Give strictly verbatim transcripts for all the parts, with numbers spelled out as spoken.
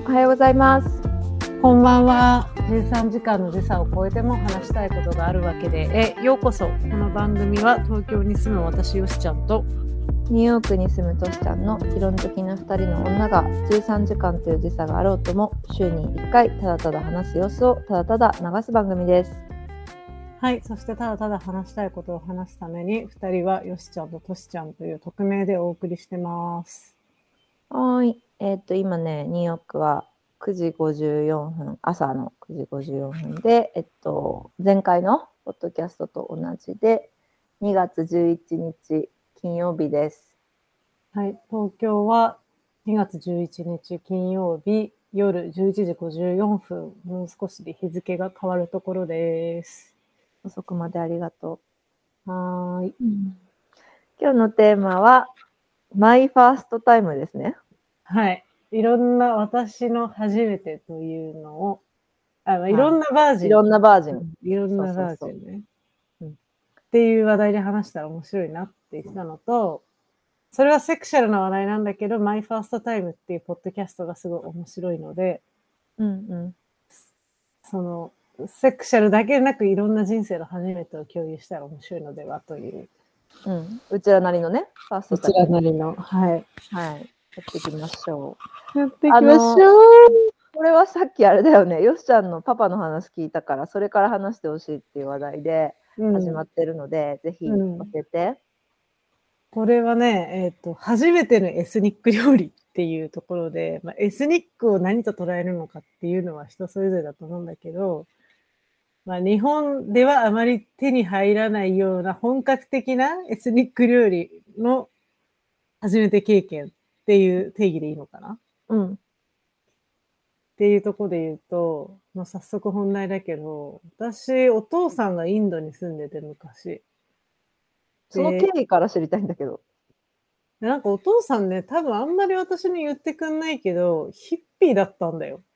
おはようございます。 こんばんは。じゅうさんじかんの時差を超えても話したいことがあるわけでへようこそ。この番組は東京に住む私よしちゃんとニューヨークに住むとしちゃんの理論的なふたりの女がじゅうさんじかんという時差があろうとも週にいっかいただただ話す様子をただただ流す番組です。 はい。そしてただただ話したいことを話すためにふたりはよしちゃんととしちゃんという匿名でお送りしてます。 はい。えっと今ねニューヨークはくじごじゅうよんぷん、朝のくじごじゅうよんぷんで、えっと前回のポッドキャストと同じでにがつじゅういちにち金曜日です。 はい。東京はにがつじゅういちにち金曜日夜じゅういちじごじゅうよんぷん、もう少しで日付が変わるところです。 遅くまでありがとう。はーい、 うん。今日のテーマはマイファーストタイムですね。 はい。いろんな私の初めてというのを、あのいろんなバージン、 いろんなバージン、 うん、いろんなバージンね。 そうそうそう、 うん、っていう話題で話したら面白いなって言ってたのと、それはセクシャルな話題なんだけど、マイファーストタイムっていうポッドキャストがすごい面白いので、 うんうん、 そのセクシャルだけでなくいろんな人生の初めてを共有したら面白いのではという、 うん、うちらなりのね、 ファーストタイム、うちらなりの、はい、 はい、やっていきましょう。 やっていきましょう。 これはさっきあれだよね、よしちゃんのパパの話聞いたから、それから話してほしいっていう話題で始まってるので、うん、ぜひ教えて。うん、 これはね、えっと、初めてのエスニック料理っていうところで、まあ、エスニックを何と捉えるのかっていうのは人それぞれだと思うんだけど、まあ、日本ではあまり手に入らないような本格的なエスニック料理の初めて経験っていう定義でいいのかな？うん。っていうところで言うと、まあ、早速本題だけど、私、お父さんがインドに住んでて昔。 その経緯から知りたいんだけど。 なんかお父さんね、多分あんまり私に言ってくんないけど、ヒッピーだったんだよ。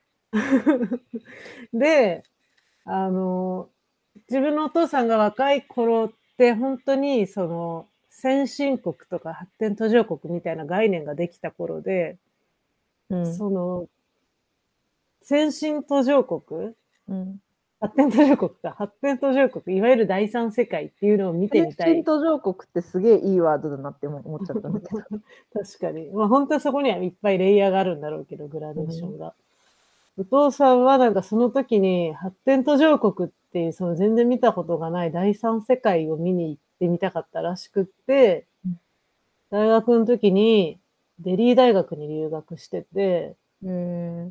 で、あの、自分のお父さんが若い頃って本当にその先進国とか発展途上国みたいな概念ができた頃で、うん、その先進途上国、うん、発展途上国か、発展途上国、いわゆる第三世界っていうのを見てみたい。 先進途上国ってすげえいいワードだなって思っちゃったんだけど。 確かに。まあ本当はそこにはいっぱいレイヤーがあるんだろうけど、グラデーションが。うん、お父さんはなんかその時に発展途上国っていうその全然見たことがない第三世界を見に行ってみたかったらしくって、うん、大学の時にデリー大学に留学してて、うん、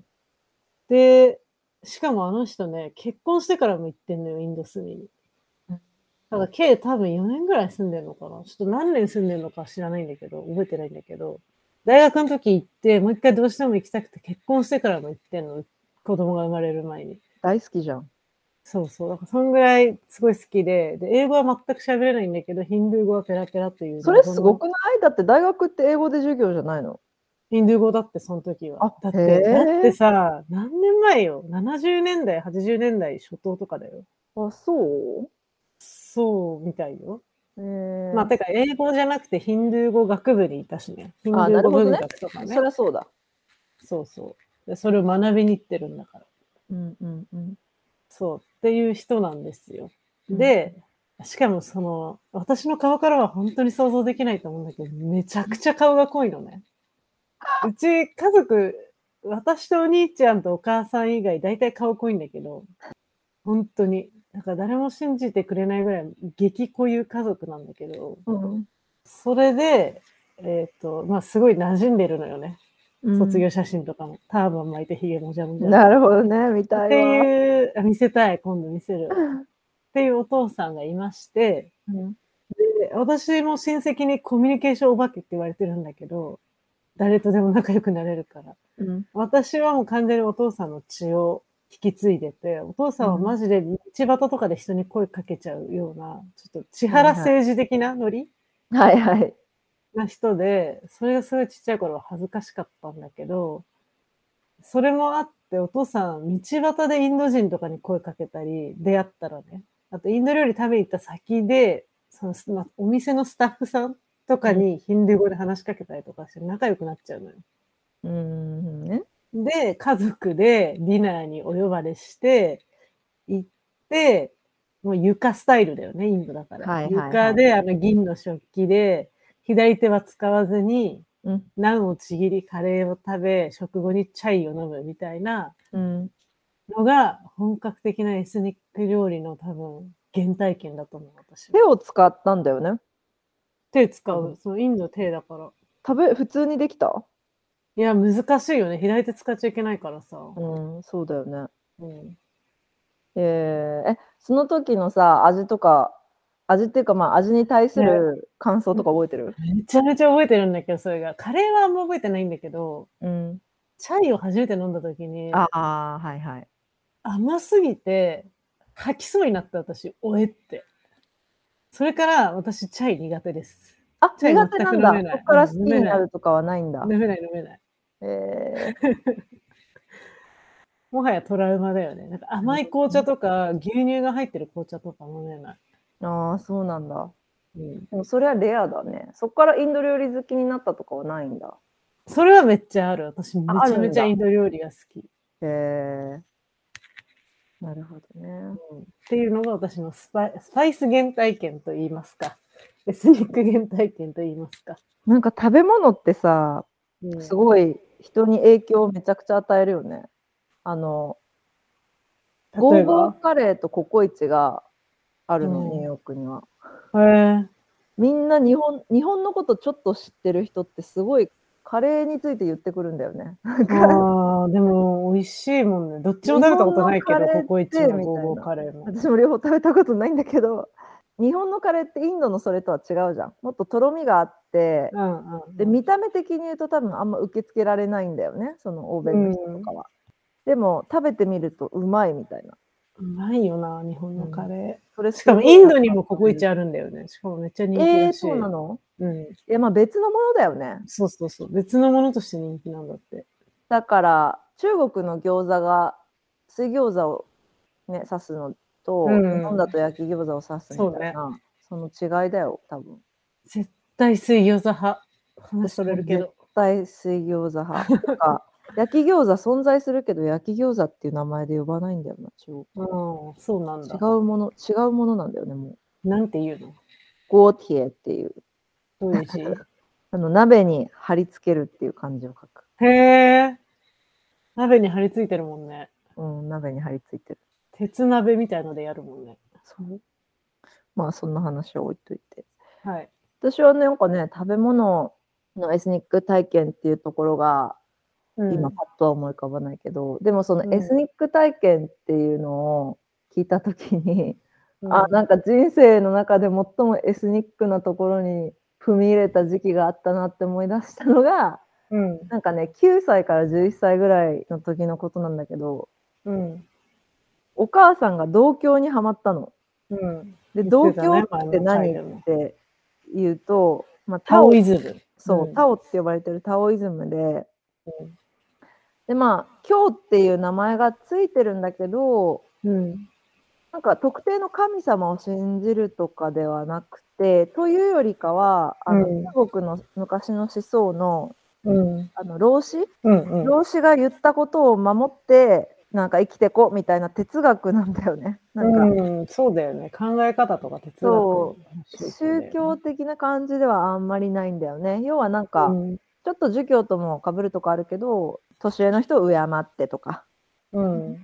で、しかもあの人ね、結婚してからも行ってんのよ、インド住みに。だから計多分よねんぐらい住んでんのかな。ちょっと何年住んでんのか知らないんだけど、覚えてないんだけど、大学の時行って、もう一回どうしても行きたくて結婚してからも行ってんの。子供が生まれる前に。 大好きじゃん。 そうそう。だからそんぐらいすごい好きで、で、英語は全く喋れないんだけど、ヒンドゥー語はペラペラっていう。 それすごくない？だって大学って英語で授業じゃないの？ ヒンドゥー語だって、その時は。だって、だってさ、何年前よ。ななじゅうねんだい、はちじゅうねんだい初頭とかだよ。 あ、そう？ そうみたいよ。まあ、てか、英語じゃなくてヒンドゥー語学部にいたしね。ヒンドゥー語文学とかね。 ね、そりゃそうだ。 そうそう。でそれを学びに行ってるんだから。 うんうんうん。 そう。っていう人なんですよ。で、うん、しかもその、私の顔からは本当に想像できないと思うんだけど、めちゃくちゃ顔が濃いのね。うち家族、私とお兄ちゃんとお母さん以外大体顔濃いんだけど、本当に。なんか誰も信じてくれないぐらい激濃ゆ家族なんだけど、うん、それで、えっと、まあすごい馴染んでるのよね。うん、卒業写真とかも。ターバン巻いてヒゲもじゃもじゃ。 なるほどね、見たいわ。 っていう、見せたい、今度見せる。っていうお父さんがいまして、うん、で、私も親戚にコミュニケーションお化けって言われてるんだけど、誰とでも仲良くなれるから。うん、私はもう完全にお父さんの血を引き継いでて、お父さんはマジで道端とかで人に声かけちゃうような、ちょっと千原政治的なノリ、 はいはい、 な人で、それがすごいちっちゃい頃は恥ずかしかったんだけど、それもあってお父さん、道端でインド人とかに声かけたり、出会ったらね、あとインド料理食べに行った先で、その、ま、お店のスタッフさんとかにヒンドゥー語で話しかけたりとかして仲良くなっちゃうのよ。 うーんね。 で、家族でディナーにお呼ばれして、行って、もう床スタイルだよね、インドだから。 はいはいはい。 床であの銀の食器で、左手は使わずに、 うん。 ナンをちぎり、カレーを食べ、食後にチャイを飲むみたいなうん。 のが、本格的なエスニック料理の多分、原体験だと思う、私は。 手を使ったんだよね。 手使う。 多分。 そう、インド手だから。 食べ、普通にできた？ いや、難しいよね。左手使っちゃいけないからさ。 うん、そうだよね。 うん。 えー、え、その時のさ、味とか、味っていうかまあ味に対すね、 る感想とか覚えてる？ めちゃめちゃ覚えてるんだけど、それが。カレーはあんま覚えてないんだけど、 うん。 チャイを初めて飲んだ時に、 ああ、はいはい。 甘すぎて、吐きそうになった私、おえって。それから私、チャイ苦手です。 あ、 チャイ苦手全なんだ。 く飲めない。 そっから好うん、飲きになめない。 るとかはないんだ。 飲めない飲めない。 えー、 もはやトラウマだよね。なんか甘い紅茶とか、牛乳が入ってる紅茶とか飲めない。 ああ、そうなんだ。 うん。 でもそれはレアだね。そっからインド料理好きになったとかはないんだ。 それはめっちゃある。私あ、 めちゃめちゃあるんだ。 インド料理が好き。 へえ、なるほどね。 うん、っていうのが私のスパイスパイス原体験と言いますか。エスニック原体験と言いますか。 なんか食べ物ってさ、 うん、 すごい人に影響をめちゃくちゃ与えるよね。あの、ゴーゴ例えば、 ーカレーとココイチがあるの、 うん、 ニューヨークには。 へえ。 みんな日本、日本のことちょっと知ってる人ってすごいカレーについて言ってくるんだよね。なんかああ、でも美味しいもんね。どっちも日食べたこ本のとないけど、 カレーっココイチてもゴーゴーみたいな。 カレーも。 私も両方食べたことないんだけど、日本のカレーってインドのそれとは違うじゃん。もっととろみがあって、 うんうんで、 うん。 見た目的に言うと多分あんま受け付けられないんだよね、その欧米の人とかは。でも食べてみるとうまいみたいな。 うまいよな、日本のカうん、 レそれー。しかもすごいインドにもココイチあるんだよね。しかもめっちゃ人気えー、 だし。 そうなの？ うん。 いや、まあ別のものだよね。 そうそうそう。別のものとして人気なんだって。 だから中国の餃子が水餃子をね、指すのと、日本うん。 だと焼き餃子を指すみそうね。 たいな、その違いだよ、多分。 絶対水餃子派。話それ私も絶るけど。 対水餃子派。なんか、焼き餃子存在するけど、焼き餃子っていう名前で呼ばないんだよな、中国。 うん、そうなん違だ。 うもの、違うものなんだよね、もう。 なんて言うの？ ゴーティエっていう、 どういう字？ あの、鍋に貼り付けるっていう漢字を書く。 へえ。鍋に張り付いてるもんね。 うん、鍋に貼り付いてる。 鉄鍋みたいのでやるもんね。 そう。まあ、そんな話は置いといて。 はい。 私はね、なんかね、食べ物のエスニック体験っていうところが、 うん。 今パッとは思い浮かばないけど、でもそのうん。 エスニック体験っていうのを聞いたときに、あ、 うん。 なんか人生の中で最もエスニックなところに踏み入れた時期があったなって思い出したのが、 うん。 なんかね、きゅうさいからじゅういっさいぐらいの時のことなんだけど、 うん。 お母さんが同郷にはまったの。 うん。 で、 言っ同てたね、 郷って前の回何っでも。 て言うと、まあ、 タタオ、 オイズム。 そう、 うん。 タオって呼ばれてるタオイズムで、 うん。 で、まあ、今日っていう名前がついてるんだけど、 うん。 なんか特定の神様を信じるとかではなくて、というよりかは、あの、 うん。 中国の昔の思想の、 うん。 あの、老子うんうん。 老子が言ったことを守って、なんか生きてこみたいな哲学なんだよね。なんか、 うん、そうだよね。考え方とか哲学そのう、 宗教だよね。 宗教的な感じではあんまりないんだよね。要はなんうか、 ん。 ちょっと儒教とも被るとこあるけど、年上の人を敬ってとか、 うん。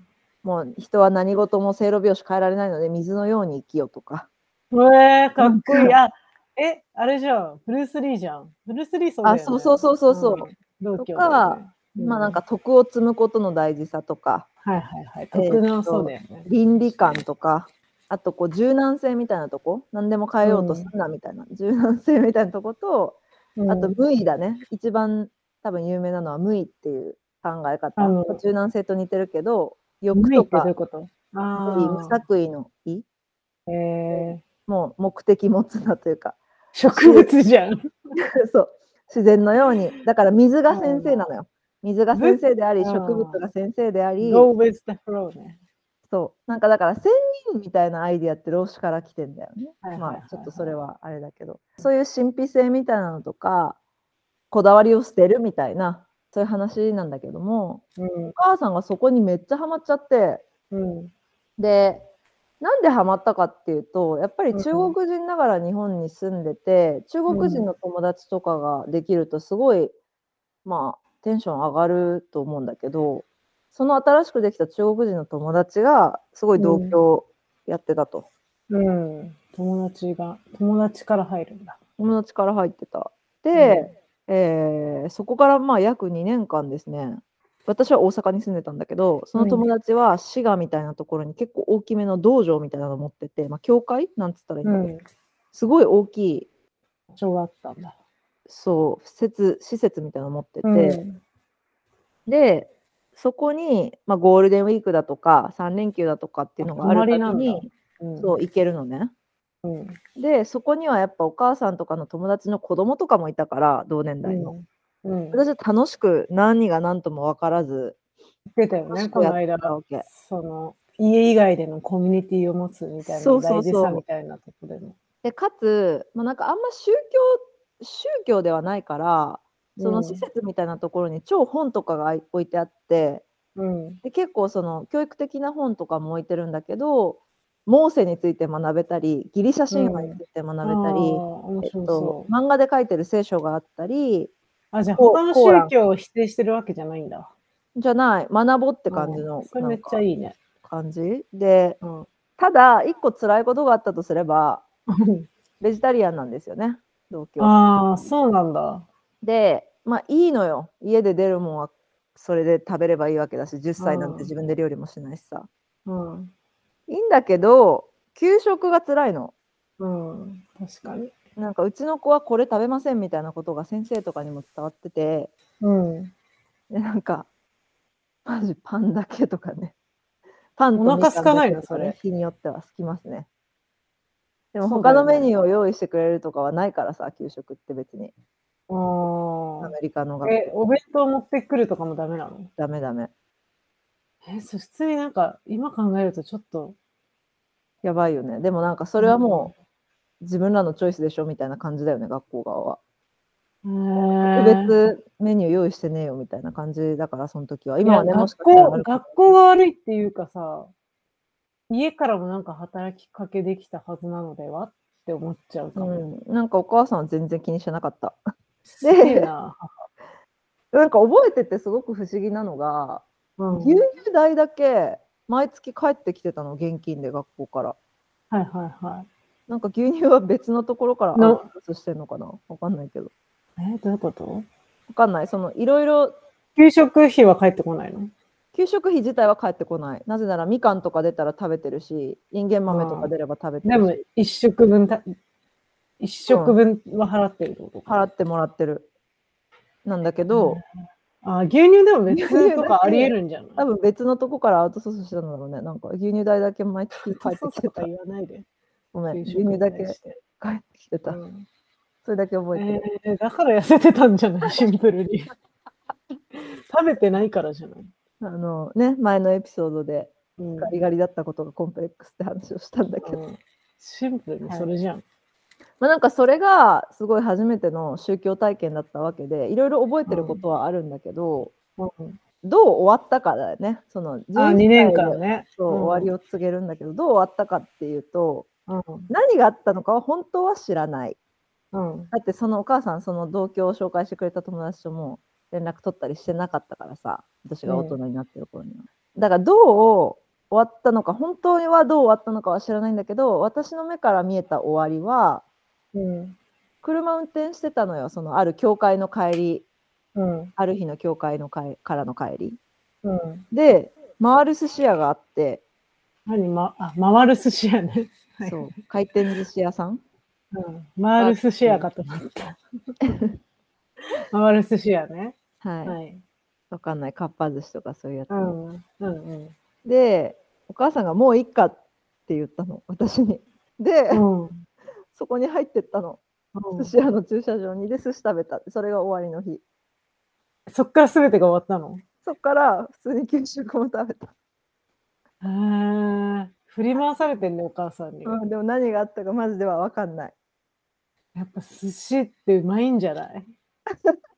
もう人は何事も生老病死変えられないので水のように生きよとか。 えー、かなんっこいい。 か、 あ、え、あれじゃん。ブルース・リーじゃん。ブルース・リーそうだあ、 よね。 そうそうそうそうそう。 うん。同と郷だよか、 ね。うん、 まあなんか徳を積むことの大事さとか、 はいはいはい。 えーっ徳のそうと、 だよね。 倫理観とか、あとこう柔軟性みたいなとこ、何でも変えようとするなみたいな、柔軟性みたいなとこと、 うん。 あと無為だね。一番多分有名なのは無為っていう考え方。 あの、 柔軟性と似てるけど、欲無意っとか、 てどういうこと？ 無為、無あ作為の意、 あ。えー、 もう目的持つなというか、 植物じゃん。 そう、自然のように。だから水が先生なのよ。水が先生であり、 ぶ植物が先生であり、 Go with the flow ね。 そう。なんかだから仙人みたいなアイディアって老子から来てんだよね。 はいはいはいはいまあちょっとそれはあれだけど。そういう神秘性みたいなのとか、こだわりを捨てるみたいな、 そういう話なんだけども、 うん。 お母さんがそこにめっちゃハマっちゃって、 うん。 で、なんでハマったかっていうと、やっぱりうん。 中国人ながら日本に住んでて、中国人の友達とかができるとすごい、まあ、テンション上がると思うんだけど、その新しくできた中国人の友達がすごい同居やってたと。 うん。友達が、友達から入るんだ。 友達から入ってた。 うん。 で、えーそこからまあ約にねんかんですね、私は大阪に住んでたんだけど、その友達は滋賀みたいなところに結構大きめの道場みたいなの持ってて、まあ、教会なんつったらいいんだろう。 うん。 すごい大きい、 場所があったんだ。 そう、施設、施設みたいなの持ってて、 うん。 で、そこに、まあ、ゴールデンウィークだとか、さん連休だとかっていうのがあるたび泊まりなんだ。 に、 うん。 そう、行けるのね。 うん。 で、そこにはやっぱお母さんとかの友達の子供とかもいたから、同年代の。 うん。 私は楽しく何が何とも分からず、 言ってたよね、 楽しくやってこの間。 たわけ。 その、家以外でのコミュニティを持つみたいなそうそう大事さそう。 みたいなとこでも。 で、かつ、まあ、なんかあんま宗教宗教ではないから、その施設みたいなところに超本とかが置いてあって、 うん。 で、結構その教育的な本とかも置いてるんだけど、モーセについて学べたり、ギリシャ神話について学べたり、 ああ、面えっ白と、 そう。 漫画で書いてる聖書があったり、 あ、じゃあコ他のコーラン宗教を否定してるわけじゃないんだ。 じゃない、学ぼうってうん。 感じのそれめっちなんかゃいいね。 感じで、 うん。 ただ一個辛いことがあったとすれば、ベジタリアンなんですよね、同居。 ああ、そうなんだ。 で、まあいいのよ。家で出るもんはそれで食べればいいわけだし、じゅっさいなんてうん。 自分で料理もしないしさ。 うん。 いいんだけど、給食が辛いの。 うん。確かに。 なんかうちの子はこれ食べませんみたいなことが先生とかにも伝わってて、 うん。 でなんか、マジパンだけとかね。パンおとみかん腹空かないだけとかね、 のそれ。 日によっては空きますね。でもそうだよね。 他のメニューを用意してくれるとかはないからさ、給食って別に。 ああ。 アメリカの学え、 校。 お弁当持ってくるとかもダメなの？ ダメダメ。 え、それ普通になんか、今考えるとちょっと、 やばいよね。でもなんかそれはもう自分らのチョイスでしょみたいな感じだよね、学校側は。 へ特え。 別メニュー用意してねえよみたいな感じだから、その時は。 いや、 今はね、もし学かしたらあ校るかも。 学校が悪いっていうかさ、家からもなんか働きかけできたはずなのではって思っちゃうかも。 うん、なんかお母さんは全然気にしてなかった。 すげえで、 な。 なんか覚えててすごく不思議なのが、 うん。 牛乳代だけ毎月帰ってきてたの、現金で学校から。 はいはいはなんか牛乳は別のところからアウのトソースしてんのかな、わかんないけど。 い。え、どういうこと？ わかんない。そのいろいろ給食費は返ってこないの？ 給食費自体は返ってこない。なぜならみかんとか出たら食べてるし、インゲン豆とか出れば食べてでもるし、 一食分た一食分は払ってるってことか。 払ってもらってる。なんだけど、 あ、牛乳でも牛乳別とかありだけえるんじゃない？ 多分別のとこからアウトソースしたんだろうね。なんか牛乳代だけ毎月返ってきてた。 とか言わないで。 ごめん、牛給食に乳だけ対して。 返ってきてた。 うん。 それだけ覚えてる。 えー、だから痩せてたんじゃない？シンプルに。食べてないからじゃない？ あのね、前のエピソードでうん。 ガリガリだったことがコンプレックスって話をしたんだけど、 うん。シンプルにそれじゃん。 まあなんかそれがすごい初めての宗教体験だったわけで、いろいろ覚えてることはあるんだけど、 うん。 どう終わったかだよね。そのあ、 じゅういっにねんさいでかんね。 そう終わりを告げるんだけど、どう終わったかっていうと、 うん。 何があったのかは本当は知らない。 うん。 だってそのお母さん、その同居を紹介してくれた友達とも連絡取ったりしてなかったからさ、私が大人になってる頃には。だからどう終わったのか、本当にはどう終わったのかは知らないんだけど、私の目から見えた終わりは、 うん。 車運転してたのよ、そのある教会の帰り、 うん。 ある日の教会の帰からの帰り。 うん。 で、回る寿司屋があって、 何、ま、あ、回る寿司屋ね。 そう、回転寿司屋さんうん。回る寿司屋かと思った。回る寿司屋ね。 はい。 はい。 わかんない。かっぱ寿司とかそういうやつ。 うん。うんうん。 で、お母さんがもういいかって言ったの、私に。で、 うん。 そこに入ってったの。 うん。 寿司屋の駐車場にで寿司食べた。それが終わりの日。 そっから全てが終わったの？ そっから普通に給食も食べた。 へえ。振り回されてんね、お母さんに。 うん、でも何があったかマジではわかんない。 やっぱ寿司ってうまいんじゃない？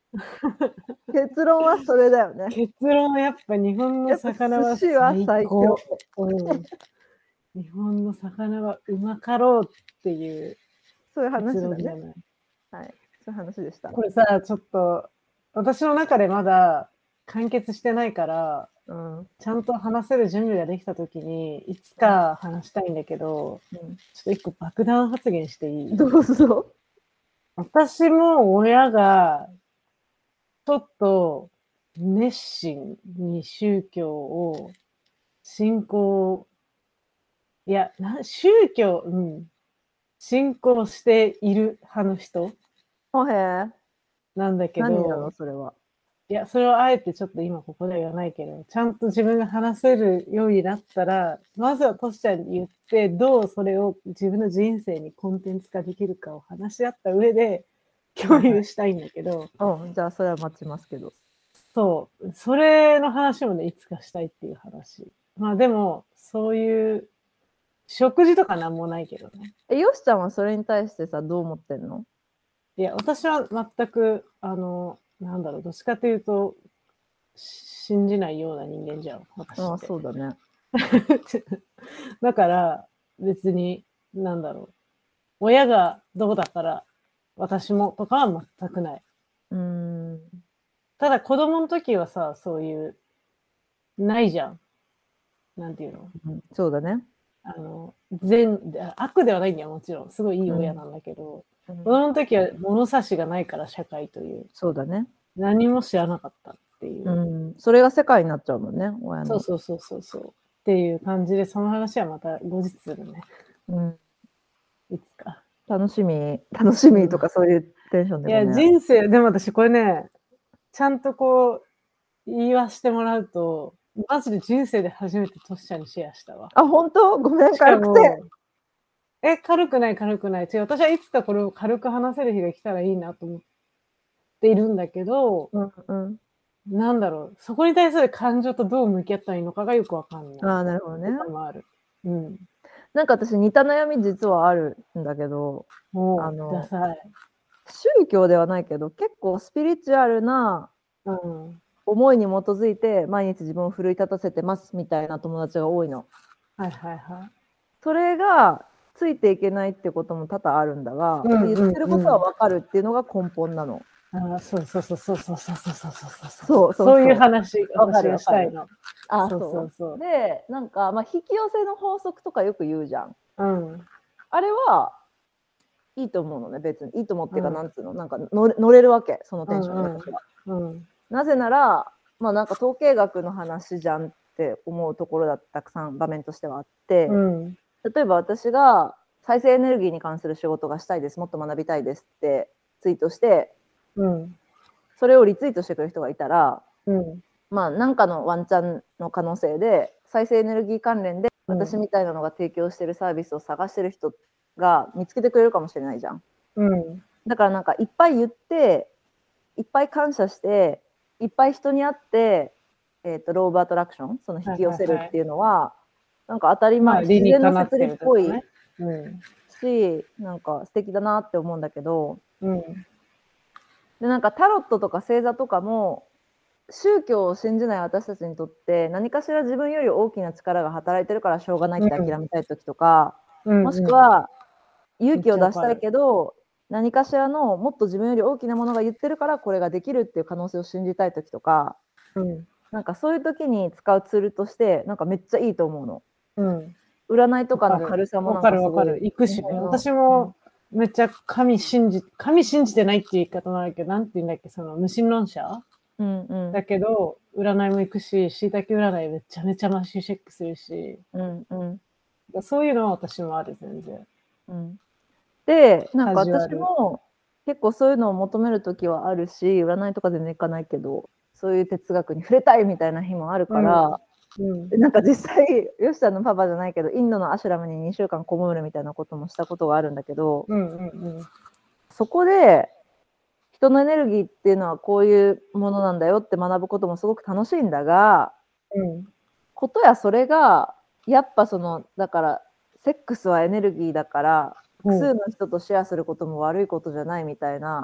結論はそれだよね。 結論はやっぱ日本の魚は寿司は最強。 うん、日本の魚はうまかろうっていうそういう話結だね。 論じゃない。 はい、そういう話でした。 これさ、ちょっと私の中でまだ完結してないから、うん、ちゃんと話せる準備ができたときにいつか話したいんだけど、うん、ちょっと一個爆弾発言していい？ どうぞ。 私も親がちょっと熱心に宗教を信仰、いや、な宗教、うん、信仰している派の人なんだけど、 何なのそれは。 いや、それをあえてちょっと今ここでは言わないけど、ちゃんと自分が話せるようになったら、まずはトシちゃんに言って、どうそれを自分の人生にコンテンツ化できるかを話し合った上で共有したいんだけど。 はいはい、うん、じゃあそれは待ちますけど。 そう、それの話もね、いつかしたいっていう話。まあでも、そういう食事とかなんもないけどね。 え、よしちゃんはそれに対してさ、どう思ってんの？ いや、私は全く、あの、なんだろう、どっちかというと、信じないような人間じゃん、私って。 ああ、そうだね。 だから、別に、なんだろう、親がどうだから私もとかは全くない。 うーん。 ただ子供の時はさ、そういう、ないじゃん。なんていうの、 うん、そうだね。 あの、善、悪ではないんだよ、もちろん。すごいいい親なんだけど、うん、子供の時は物差しがないから、社会という。 そうだね。 何も知らなかったっていう。 うん。それが世界になっちゃうもんね、親の。 そうそうそうそう。っていう感じで、その話はまた後日するね。 うん。 いつか。 楽しみ、楽しみとかそういうテンションで、 ね。いや、人生、でも私これね、ちゃんとこう、言わしてもらうと、マジで人生で初めてトシちゃんにシェアしたわ。 あ、本当？ごめん、軽くて。 え、軽くない軽くない。違う、私はいつかこれを軽く話せる日が来たらいいなと思っているんだけど、 うんうん、 なんだろう、そこに対する感情とどう向き合ったらいいのかがよくわかんない。 ああ、なるほどね。 もある。うん。 なんか私似た悩み実はあるんだけど、 もう、あの、 宗教ではないけど、結構スピリチュアルな思いに基づいて毎日自分を奮い立たせてますみたいな友達が多いの。 はいはいはい。 それがついていけないってことも多々あるんだが、うんうんうん、言ってることは分かるっていうのが根本なの。 ああ、そうそうそうそうそうそうそうそうそうそういう話私がしたいの。 あ、そうそうそう。で、なんかまあ引き寄せの法則とかよく言うじゃん。 うん。 あれはいいと思うのね、別にいいと思うっていうか、うん、なんつうの、なんか乗れるわけ、そのテンションで私は。うんうん、なぜなら、まあなんか統計学の話じゃんって思うところだたくさん場面としてはあって、うん、例えば私が再生エネルギーに関する仕事がしたいです、もっと学びたいですってツイートして、うん、それをリツイートしてくれる人がいたら、うん、まあ何かのワンチャンの可能性で再生エネルギー関連で私みたいなのが提供してるサービスを探してる人が見つけてくれるかもしれないじゃん。うん、だからなんかいっぱい言っていっぱい感謝していっぱい人に会って、えーと、ローブアトラクション、その引き寄せるっていうのは、はいはいはい、なんか当たり前、まあ、自然の摂理っぽい、ね、うん、し、なんか素敵だなって思うんだけど、うん、でなんかタロットとか星座とかも宗教を信じない私たちにとって何かしら自分より大きな力が働いてるからしょうがないって諦めたい時とか、うん、もしくは勇気を出したいけど何かしらのもっと自分より大きなものが言ってるからこれができるっていう可能性を信じたい時とか、うん、なんかそういう時に使うツールとしてなんかめっちゃいいと思うの。うん、占いとかの軽さもなんかすごい。わかるわかる。 行くしね。私もめっちゃ神信じ、神信じてないっていう言い方もあるけど、なんて言うんだっけ、その無神論者、うんうん、だけど、占いも行くし、しいたけ占いめちゃめちゃマッシュチェックするし、うんうん、そういうのは私もある、全然。うん、 で、なんか私も結構そういうのを求めるときはあるし、占いとか全然行かないけど、そういう哲学に触れたいみたいな日もあるから、うんうん、なんか実際、ヨシさんのパパじゃないけど、インドのアシュラムににしゅうかんこもるみたいなこともしたことがあるんだけど、うんうんうん、そこで人のエネルギーっていうのはこういうものなんだよって学ぶこともすごく楽しいんだが、うん、ことやそれがやっぱそのだからセックスはエネルギーだから複数の人とシェアすることも悪いことじゃないみたいな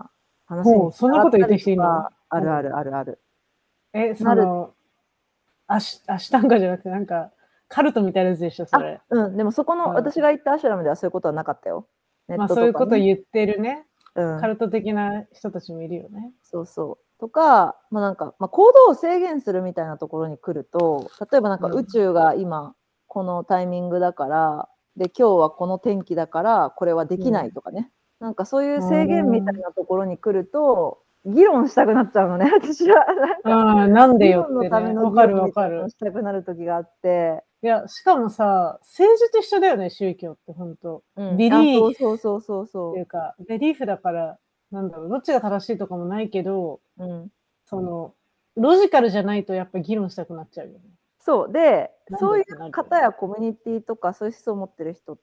話にそんなこと言ってきていいの？ あるあるあるある。 え、その、アシアシュタンガじゃなくて、なんか、カルトみたいなやつでしょ、それ。 うん、でもそこの、私が行ったアシュラムではそういうことはなかったよ。 ネットとか、ね、まあそういうこと言ってるね、 うん。 カルト的な人たちもいるよね。 そうそう。とか、まあなんか、まあ、行動を制限するみたいなところに来ると、例えばなんか宇宙が今、このタイミングだから、うん、で、今日はこの天気だから、これはできないとかね。うん、なんかそういう制限みたいなところに来ると、議論したくなっちゃうのね、私は。 ああ、なんでよって、ね。 議論のための議論みたいなのしたくなる時があって。 いや、しかもさ、政治と一緒だよね、宗教って本当。うん、ビリーフ。 そうそうそうそう。 っていうか、ビリーフだから、なんだろう、どっちが正しいとかもないけど、うん、その、ロジカルじゃないとやっぱ議論したくなっちゃうよね。 そう。で、そういう方やコミュニティとか、そういう思想を持ってる人って、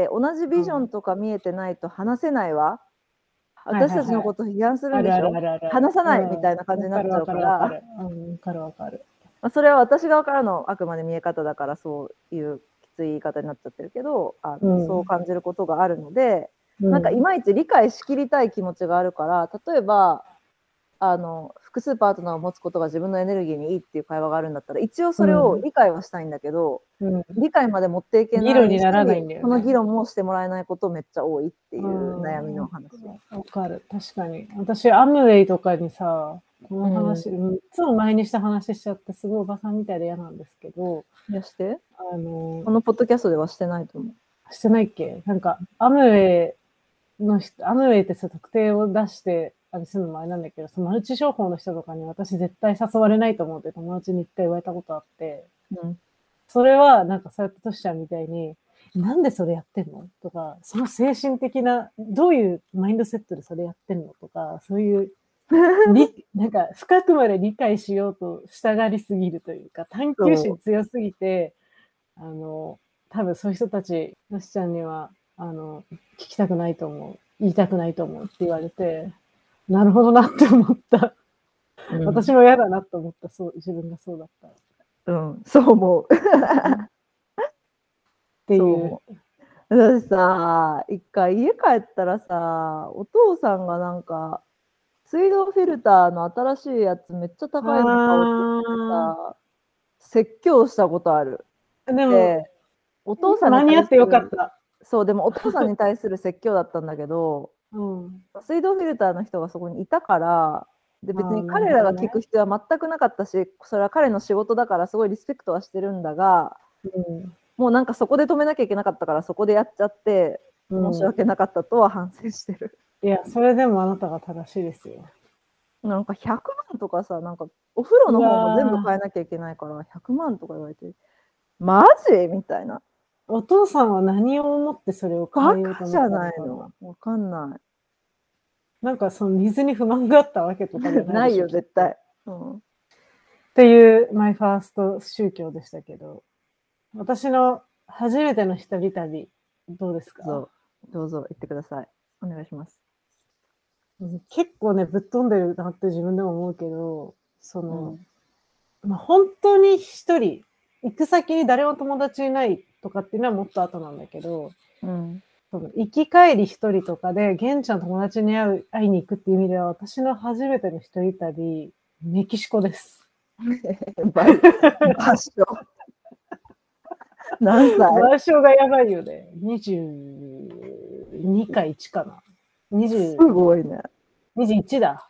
同じビジョンとか見えてないと話せないわ。うん、私たちのことを批判するんでしょ、話さないみたいな感じになっちゃうから。 わかるわかるわかる。 まあ、それは私側からのあくまで見え方だからそういうきつい言い方になっちゃってるけど、あの、うん、そう感じることがあるので、うん、なんかいまいち理解しきりたい気持ちがあるから、例えばあの複数パートナーを持つことが自分のエネルギーにいいっていう会話があるんだったら、一応それを理解はしたいんだけど、うん、理解まで持っていけないし、議論にならないんだよね。この議論もしてもらえないことめっちゃ多いっていう悩みの話。 わかる。確かに。私、アムウェイとかにさ、この話、うん、いつも前にした話しちゃって、すごいおばさんみたいで嫌なんですけど。 いやして。 あの、 このポッドキャストではしてないと思う。 してないっけ？なんか、アムウェイの人、アムウェイってさ、特定を出して、あれするの前なんだけど、そのマルチ商法の人とかに私絶対誘われないと思って友達に一回言われたことあって、うん、それはなんかそうやってトシちゃんみたいに、なんでそれやってんのとか、その精神的な、どういうマインドセットでそれやってんのとか、そういう、なんか深くまで理解しようとしたがりすぎるというか、探求心強すぎて、あの、多分そういう人たち、トシちゃんには、あの、聞きたくないと思う。言いたくないと思うって言われて、なるほどなって思った。うん、私も嫌だなと思った。そう、自分がそうだった。 うん、そう思う。 っていう。 私さ、一回家帰ったらさ、お父さんがなんか、水道フィルターの新しいやつめっちゃ高いの買おうってさ、説教したことある。 でも、 お父さんに対する、間に合ってよかった。 そう、でもお父さんに対する説教だったんだけど、うん、水道フィルターの人がそこにいたから、で別に彼らが聞く必要は全くなかったし、それは彼の仕事だからすごいリスペクトはしてるんだが、うん、もうなんかそこで止めなきゃいけなかったからそこでやっちゃって、申し訳なかったとは反省してる。 うん、いや、それでもあなたが正しいですよ。 なんかひゃくまんとかさ、なんかお風呂の方も全部変えなきゃいけないからひゃくまんとか言われて、マジみたいな。 お父さんは何を思ってそれを変えようと思ったのかな。バカじゃないの。わかんない。 なんかその水に不満があったわけとかじゃないないよ、絶対、うん。 っていうマイファースト宗教でしたけど、私の初めての一人旅、どうですか？ どうぞ、どうぞ言ってください。お願いします。 結構ね、ぶっ飛んでるなって自分でも思うけど、その、うん、まあ、本当に一人、行く先に誰も友達いないとかっていうのはもっと後なんだけど、うん、その行き帰り一人とかで、現地の友達に会う、会いに行くっていう意味では、私の初めての一人旅、メキシコです。 場所。何歳？ 場所がやばいよね。にじゅうにかいちかな。にじゅう、 すごいね。 にじゅういちだ。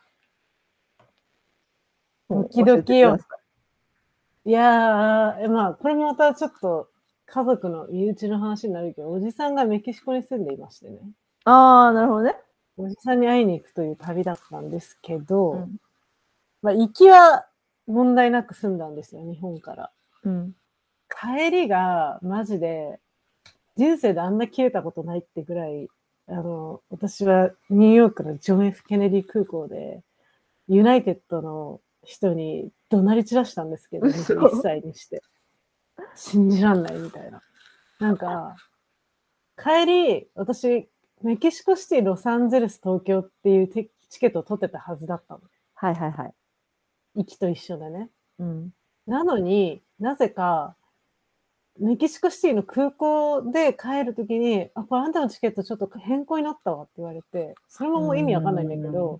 時々よ。いやー、まあ、これもまたちょっと家族の身内の話になるけど、おじさんがメキシコに住んでいましてね。 ああ、なるほどね。 おじさんに会いに行くという旅だったんですけど、うん、まあ、行きは問題なく済んだんですよ、日本から。うん、帰りがマジで、人生であんな切れたことないってぐらい、あの、私はニューヨークのジョン・ F ・ケネディ空港で、ユナイテッドの人に怒鳴り散らしたんですけど、にじゅういっさいにして。信じらんないみたいな。なんか、帰り、私、メキシコシティ、ロサンゼルス、東京っていうチケットを取ってたはずだったの。 はいはいはい。 行きと一緒でね。うん。なのになぜか、メキシコシティの空港で帰るときに、あ、これあんたのチケットちょっと変更になったわって言われて、それももう意味わかんないんだけど、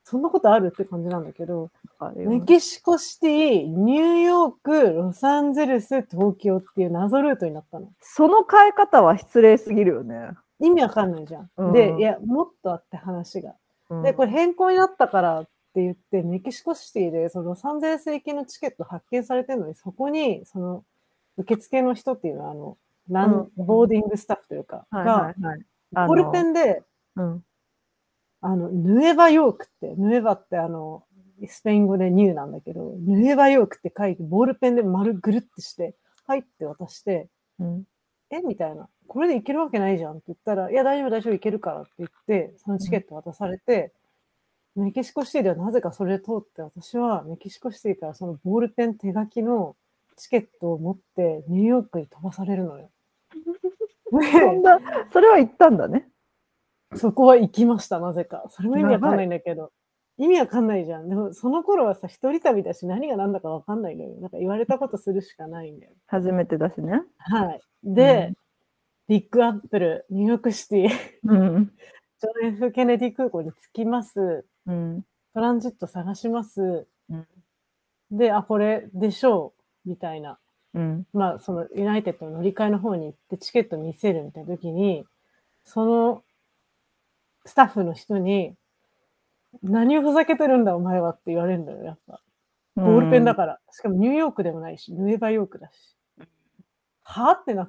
そんなことあるって感じなんだけど、 あれよメキシコシティ、ニューヨーク、ロサンゼルス、東京っていう謎ルートになったの。 その変え方は失礼すぎるよね。 意味わかんないじゃん。 うんで、いや、もっとあって話が。 うんで、これ変更になったからって言って、メキシコシティで、そのロサンゼルス行きのチケット発見されてるのに、そこに、その、受付の人っていうのは、あの、ラン、ボーディングスタッフというか、 はいが、 はいはい。あボールのペンで、 うんあの、ヌエバヨークって、ヌエバってあの、スペイン語でニューなんだけど、ヌエバヨークって書いて、ボールペンで丸ぐるってして、はいって渡して、 うんえみたいな。これでいけるわけないじゃんって言ったら、いや、大丈夫、大丈夫、いけるからって言って、そのチケット渡されて、メキシコシティではなぜかそれで通って、私はメキシコシティからそのボールペン手書きのチケットを持ってニューヨークに飛ばされるのよ。 そんな、それは言ったんだね。 そこは行きました、なぜか。それも意味わかんないんだけど。意味わかんないじゃん。でも、その頃はさ、一人旅だし、何が何だかわかんないのよ。なんか言われたことするしかないんだよ。 初めてだしね。 はい。で、 うんビッグアップル、ニューヨークシティ、 うんジョン・ F ・ケネディ空港に着きます。 うんトランジット探します。 うんで、あ、これでしょう、みたいな。 うんまあ、その、ユナイテッドの乗り換えの方に行ってチケット見せるみたいな時に、その、スタッフの人に、何をふざけてるんだお前はって言われるんだよ、やっぱ。ボールペンだから。しかもニューヨークでもないし、ヌエバヨークだし。はぁってなって、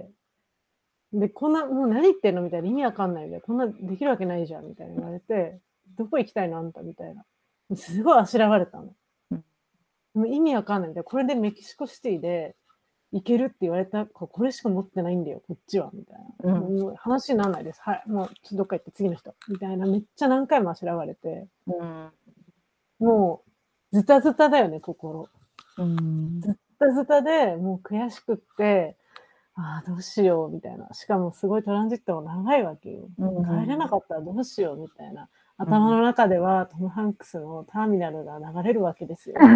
で、こんな、もう何言ってんのみたいな意味わかんないで、こんなできるわけないじゃんみたいな言われて、どこ行きたいのあんたみたいな。すごいあしらわれたの。 うんもう意味わかんないみたいな。これでメキシコシティで行けるって言われた、これしか持ってないんだよ、こっちは、みたいな。 うんもう話にならないです。はい、もうちょっとどっか行って次の人、みたいな。めっちゃ何回もあしらわれて、 うんもう、ズタズタだよね、心。 うんズタズタで、もう悔しくって、ああ、どうしよう、みたいな。しかもすごいトランジットが長いわけよ。 うん帰れなかったらどうしよう、みたいな。頭の中ではトム・ハンクスのターミナルが流れるわけですよ。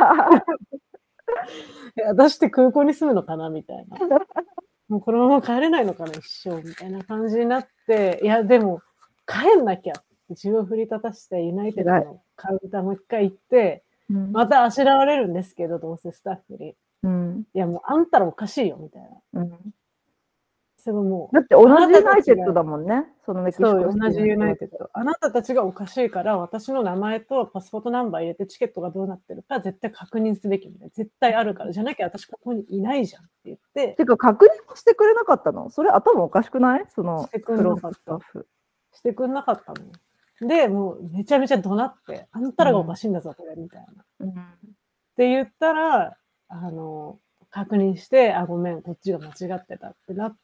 私って空港に住むのかなみたいな。もうこのまま帰れないのかな一生みたいな感じになって、いやでも帰んなきゃって自分を振り立たしてユナイテッドのカウンターもう一回行って、 うんまたあしらわれるんですけど、どうせスタッフに。 うんいやもうあんたらおかしいよみたいな。 うんすごいもう。 だって同じユナイテッドだもんね。そのメキシコそう、 シティの同じユナイテッド。あなたたちがおかしいから、私の名前とパスポートナンバー入れてチケットがどうなってるか絶対確認すべきみたいな。絶対あるから。じゃなきゃ私ここにいないじゃんって言って。 てか確認もしてくれなかったの？それ頭おかしくない？そのしてくんなかった。 スタッフ。 してくんなかったの。で、もうめちゃめちゃ怒鳴って、あんたらがおかしいんだぞ、これ、みたいな。 うんって言ったら、あの、確認して、あ、ごめん、こっちが間違ってたってなって、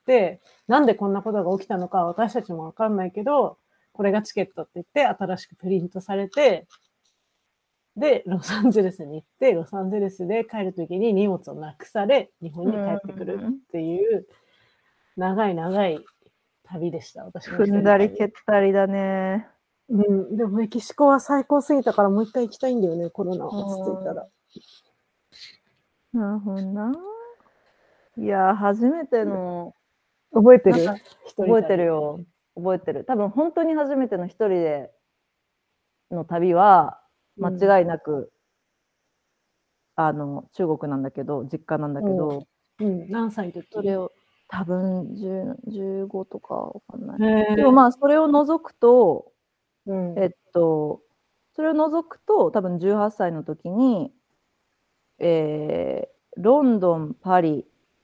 なんでこんなことが起きたのか私たちもわかんないけど、これがチケットって言って新しくプリントされて、で、ロサンゼルスに行って、ロサンゼルスで帰るときに荷物をなくされ、日本に帰ってくるっていう、長い長い旅でした、私の。 踏んだり蹴ったりだね。 うん、でもメキシコは最高すぎたからもう一回行きたいんだよね、コロナ落ち着いたら。 なるほどな。いや、初めての。 覚えてる？ 覚えてるよ。覚えてる。多分本当に初めての一人での旅は、間違いなく、うん、あの、中国なんだけど、実家なんだけど。 うん、うん、何歳の時？ それを、多分じゅう、じゅうごとかわかんない。でもまあ、それを除くと、うん、えっと、それを除くと、多分じゅうはっさいの時に、えー、ロンドン、パリ、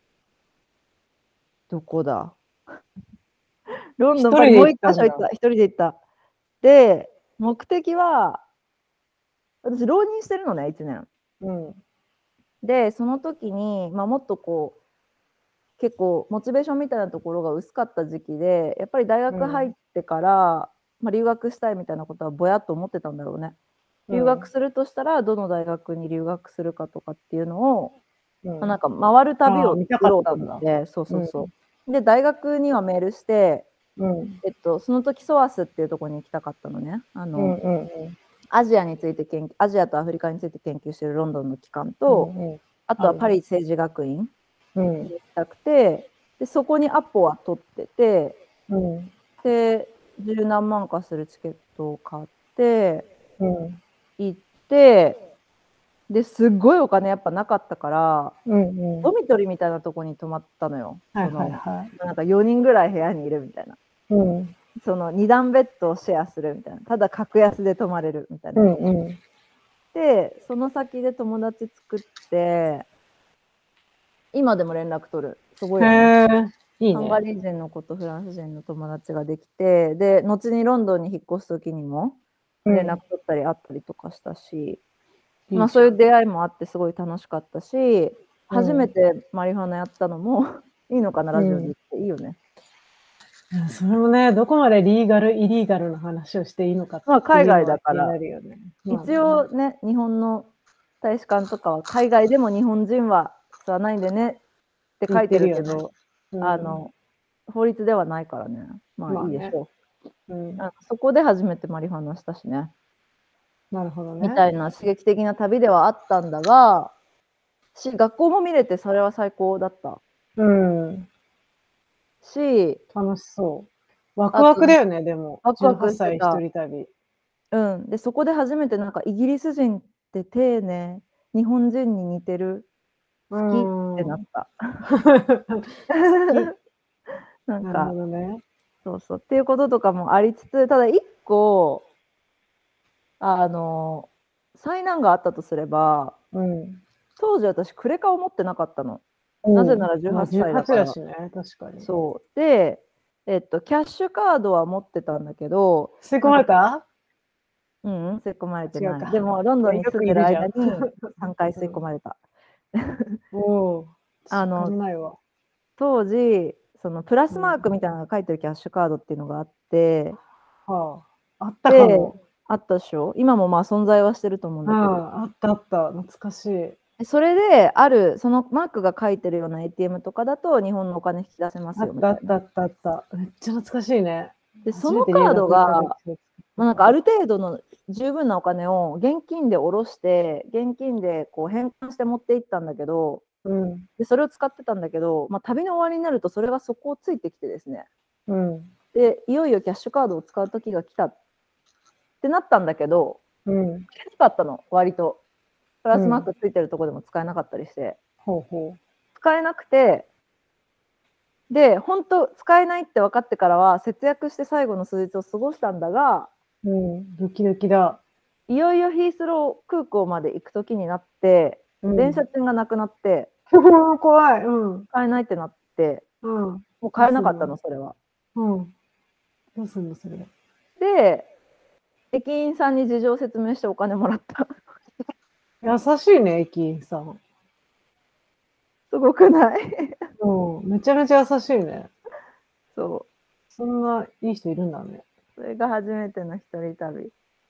どこだロンドン、パリ、もう一箇所行った。一人で行った。で、目的は、私、浪人してるのね、いちねん。うん、で、その時に、まあ、もっとこう、結構、モチベーションみたいなところが薄かった時期で、やっぱり大学入ってから、うん、まあ、留学したいみたいなことはぼやっと思ってたんだろうね。留学するとしたら、どの大学に留学するかとかっていうのを、うん、まあ、なんか回る旅を作ろうと思って、そうそうそう。うん、で、大学にはメールして、うん、えっと、その時ソアスっていうところに行きたかったのね。あの、うんうんうん、アジアについて研究、アジアとアフリカについて研究しているロンドンの機関と、うんうん、あとはパリ政治学院に行きたくて、でそこにアポは取ってて、うん、で、十何万かするチケットを買って、 うん行って、ですっごいお金やっぱなかったから、 うんうんドミトリーみたいなとこに泊まったのよ。 はいそのはいはなんかよにんぐらい部屋にいるみたいな。 い。うんそのに段ベッドをシェアするみたいな。ただ格安で泊まれるみたいな。 うんうんで、その先で友達作って、今でも連絡取る。すごいよね。 へえ、いいハンガね。 リー人の子とフランス人の友達ができて、で、後にロンドンに引っ越す時にもうん連絡取ったり会ったりとかしたし、 いいまあそういう出会いもあってすごい楽しかったし、初めてマリファナやったのもいいのかな、ラジオで言っていいよね。 うんそれもね、どこまでリーガル、イリーガルの話をしていいのかってまあ海いうのは外だから気になるよね。まあね一応ね、日本の大使館とかは海外でも日本人は吸わないんでねって書いてるけ言ってるよど、 ねうんあの法律ではないからね、まあいいでしょう。 うんあそこで初めてマリファナしたしね、 なるほどね。 みたいな刺激的な旅ではあったんだが、し学校も見れてそれは最高だったうん。 し、 楽しそう。ワクワクだよね、でも。 ワクワクしてじゅうはっさいた。 一人旅。 うん、でそこで初めてなんかイギリス人って丁寧、日本人に似てる、好きってなった。 好き。 なんなるほかどね。 そうそうっていうこととかもありつつ、ただ一個あの災難があったとすれば、 うん。 当時私クレカを持ってなかったの。 うんなぜなら18 まあ歳だから。 だしね、確かに。 そうで、えっとキャッシュカードは持ってたんだけど、 吸い込まれたうん、吸い込まれてない。 違うかでもロンドンに住んでる間にさんかい吸い込まれた。 おお、 あのないわ。 当時そのプラスマークみたいなのが書いてるキャッシュカードっていうのがあって、 はあ、あったかでも。 あったでしょ。今もまあ存在はしてると思うんうん、 だけど、 あったあった、懐かしい。 それであるそのマークが書いてるような エーティーエム とかだと日本のお金引き出せますあよみたいな。 ったあったあったあった。めっちゃ懐かしいね。 でそのカードが、まあ、なんかある程度の十分なお金を現金で下ろして現金でこう返還して持っていったんだけど、 うん、 でそれを使ってたんだけど、まあ、旅の終わりになるとそれが底をついてきてですね、 うん、 でいよいよキャッシュカードを使う時が来たってなったんだけど、 うん、 きつかったの割と。プラスマークついてるとこでも使えなかったりして、 ほうほう。 使えなくて、で本当使えないって分かってからは節約して最後の数日を過ごしたんだが、 うん、ドキドキだ。 いよいよヒースロー空港まで行く時になって、 うん、 電車賃がなくなって怖い。うん、 使えないってなって、 うん、 もう買えなかったのそれは。 うん。どうすんのそれ。 で駅員さんに事情を説明してお金もらった。 優しいね、駅員さん。 すごくないうん、めちゃめちゃ優しいね。 そう。 そんないい人いるんだね。 それが初めての一人旅。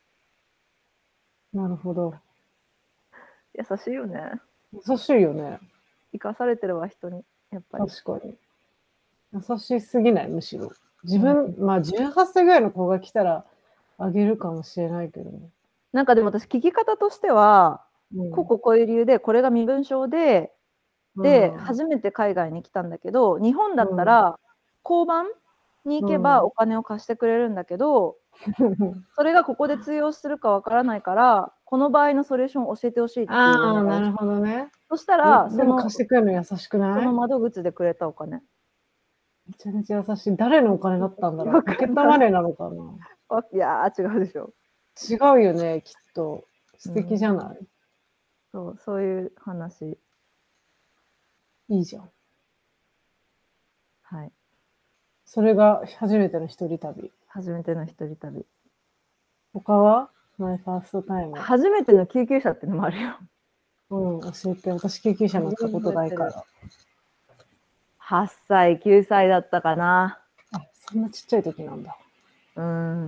なるほど。 優しいよね。 優しいよね。 生かされてるわ人に、やっぱり。 確かに。優しすぎない、むしろ。自分、うん、まあじゅうはっさいぐらいの子が来たらあげるかもしれないけどね。 なんかでも私聞き方としては、 うん、 こここういう理由でこれが身分証で、で、うん、初めて海外に来たんだけど、日本だったら交番に行けばお金を貸してくれるんだけど、うん、それがここで通用するかわからないからこの場合のソリューションを教えてほしいっていうお願い。ああ、なるほどね。 そしたらその貸してくれるの優しくない？ その窓口でくれたお金。 めちゃめちゃ優しい。誰のお金だったんだろう。ポケットマネーなのかな。 いやー違うでしょ。 違うよね、きっと。素敵じゃない、うん、 そう、そういう話。 いいじゃん。 はい。 それが初めての一人旅。 初めての一人旅。 他はマイファーストタイム。 初めての救急車ってのもあるよ。 うん、教えて。私救急車乗ったことないから。 はっさい、きゅうさいだったかな。 あ、そんなちっちゃい時なんだ。 うん。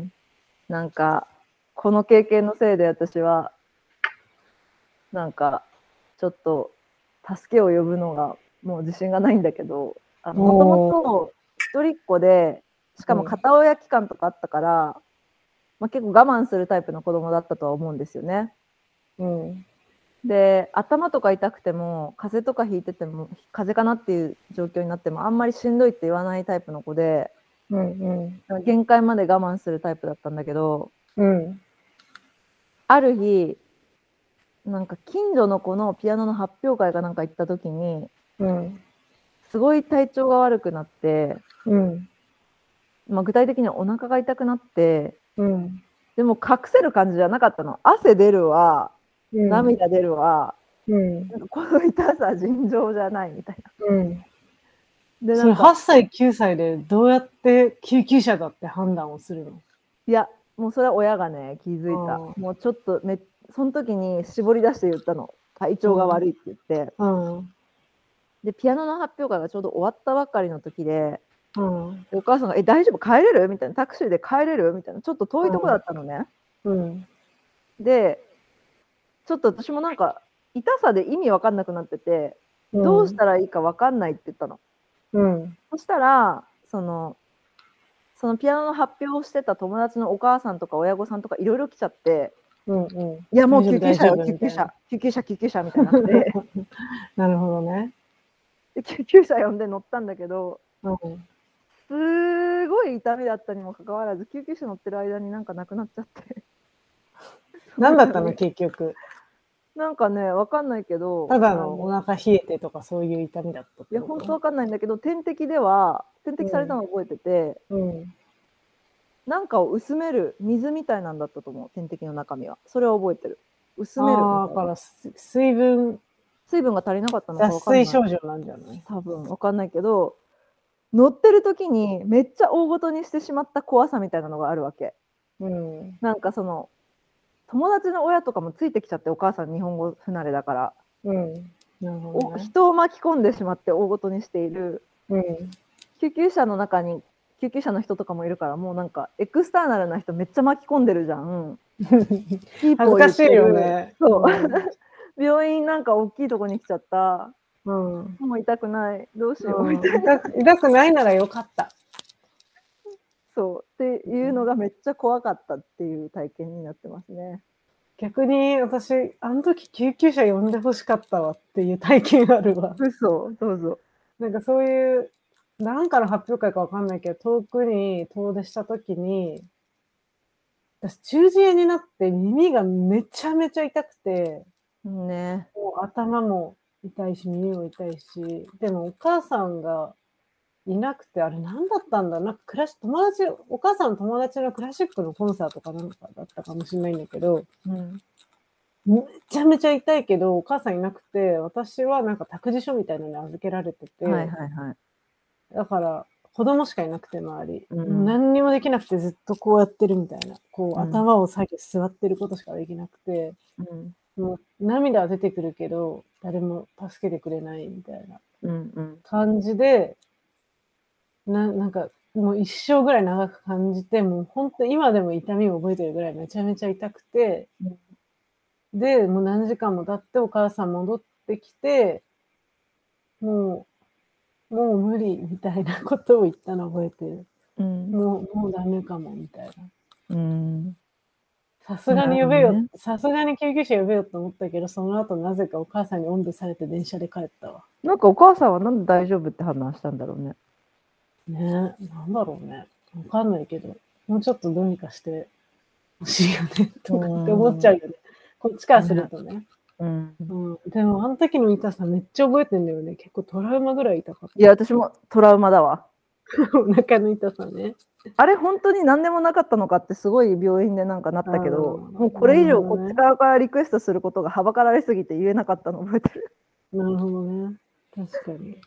なんか、この経験のせいで私は、なんか、ちょっと、助けを呼ぶのがもう自信がないんだけど、もともと一人っ子で、しかも片親期間とかあったから、うん、まあ、結構我慢するタイプの子供だったとは思うんですよね。 うん、 で、頭とか痛くても風邪とかひいてても風邪かなっていう状況になってもあんまりしんどいって言わないタイプの子で、 うんうん、 限界まで我慢するタイプだったんだけど、 うん、 ある日、なんか近所の子のピアノの発表会かなんか行った時に、 うん。 すごい体調が悪くなって、 うん。 まあ、具体的にはお腹が痛くなって、 うん。 でも隠せる感じじゃなかったの。汗出るわ、 うん。 涙出るわ、 うん。 なんかこの痛さ尋常じゃないみたいな。 うん。 で、 それなんか、 はっさい、きゅうさいでどうやって救急車だって判断をするの？ いや、もうそれは親がね、気づいた。 あもうちょっとめ、その時に絞り出して言ったの。体調があ。 悪いって言って。 うん。うん。 で、ピアノの発表会がちょうど終わったばっかりの時で、 うん。 でお母さんが、え、大丈夫帰れるみたいな。タクシーで帰れるみたいな。ちょっと遠いとこだったのね。 うん。 で、ちょっと私もなんか、痛さで意味わかんなくなってて、 うん。 どうしたらいいかわかんないって言ったの。 うん。 そしたら、その、そのピアノの発表をしてた友達のお母さんとか親御さんとかいろいろ来ちゃって、 うん。うん。 いやもう大丈夫、 救急車よ、 大丈夫、みたいな。 救急車、救急車、救急車みたいになって、 なるほどね。 で救急車呼んで乗ったんだけど、 うん。 すごい痛みだったにもかかわらず、救急車乗ってる間になんかなくなっちゃって。 何だったの、結局。 なんかね、わかんないけど、 ただあのおの腹冷えてとかそういう痛みだったっいや、 てこと？ 本当わかんないんだけど、点滴では、点う滴されたのを覚えてて、 ん。うん。 なんかを薄める水みたいなんだったと思う、点滴の中身は。それは覚えてる。薄めるみああ、 たいな。 だからす水分水分が足りなかったのか脱わかんない。 水症状なんじゃない？ 多分わかんないけど、乗ってる時にめっちゃ大ごとにしてしまった怖さみたいなのがあるわけ。 うん。 なんかその、友達の親とかもついてきちゃって、お母さん日本語不慣れだから、 うん。なるほどね。 人を巻き込んでしまって大ごとにしている。 うん。 救急車の中に救急車の人とかもいるから、もうなんかエクスターナルな人めっちゃ巻き込んでるじゃん。ピーポー言って恥ずかしいよる。 ね。 そう。 うん。 病院なんか大きいとこに来ちゃった。 うん。 もう痛くない。どうしようみたうん、 いな。 痛く痛くないならよかった。 そうっていうのがめっちゃ怖かったっていう体験になってますね。 逆に私、あの時救急車呼んで欲しかったわっていう体験あるわ。 嘘、どうぞ。 なんかそういう、なんかの発表会かわかんないけど、遠くに遠出した時に、私中耳炎になって耳がめちゃめちゃ痛くて、 ね。 もう頭も痛いし、耳も痛いし、でもお母さんがいなくて、あれ何だったんだ、なんかクラシ友達お母さんの友達のクラシックのコンサートかなんかだったかもしんないんだけど、 うん。 めちゃめちゃ痛いけど、お母さんいなくて、私はなんか託児所みたいなのに預けられてて、 はいはいはい。 だから子供しかいなくて周り、 うんもう何にもできなくてずっとこうやってるみたいな、こううん頭を下げて座ってることしかできなくて、 うん。 もう涙は出てくるけど、誰も助けてくれないみたいなうんうん。 感じで、ななんかもう一生ぐらい長く感じて、もうほんと今でも痛みを覚えてるぐらいめちゃめちゃ痛くて、 うん。 で、もう何時間も経ってお母さん戻ってきて、もうもう無理みたいなことを言ったの覚えてる。 うん。 もうもうダメかもみたいな。 うん。 さすがなるに呼べよほどね。 さすがに救急車呼べよと思ったけど、その後なぜかお母さんにおんぶされて電車で帰ったわ。 なんかお母さんはなんで大丈夫って判断したんだろうね。 ね、なんだろうね。わかんないけど、もうちょっとどうにかして欲しいよねとかって思っちゃうよね。こっちからするとね。 うん。 うん。でもあん時の痛さめっちゃ覚えてんだよね。結構トラウマぐらい痛かっいや、私もトラウマだわ。 た。お腹の痛さね。 あれ本当に何でもなかったのかってすごい病院でなんかなったけど、 ああ、 もうこれ以なるほどね。 上こっち側からリクエストすることがはばかられすぎて言えなかったの覚えてる。 なるほどね。確かに。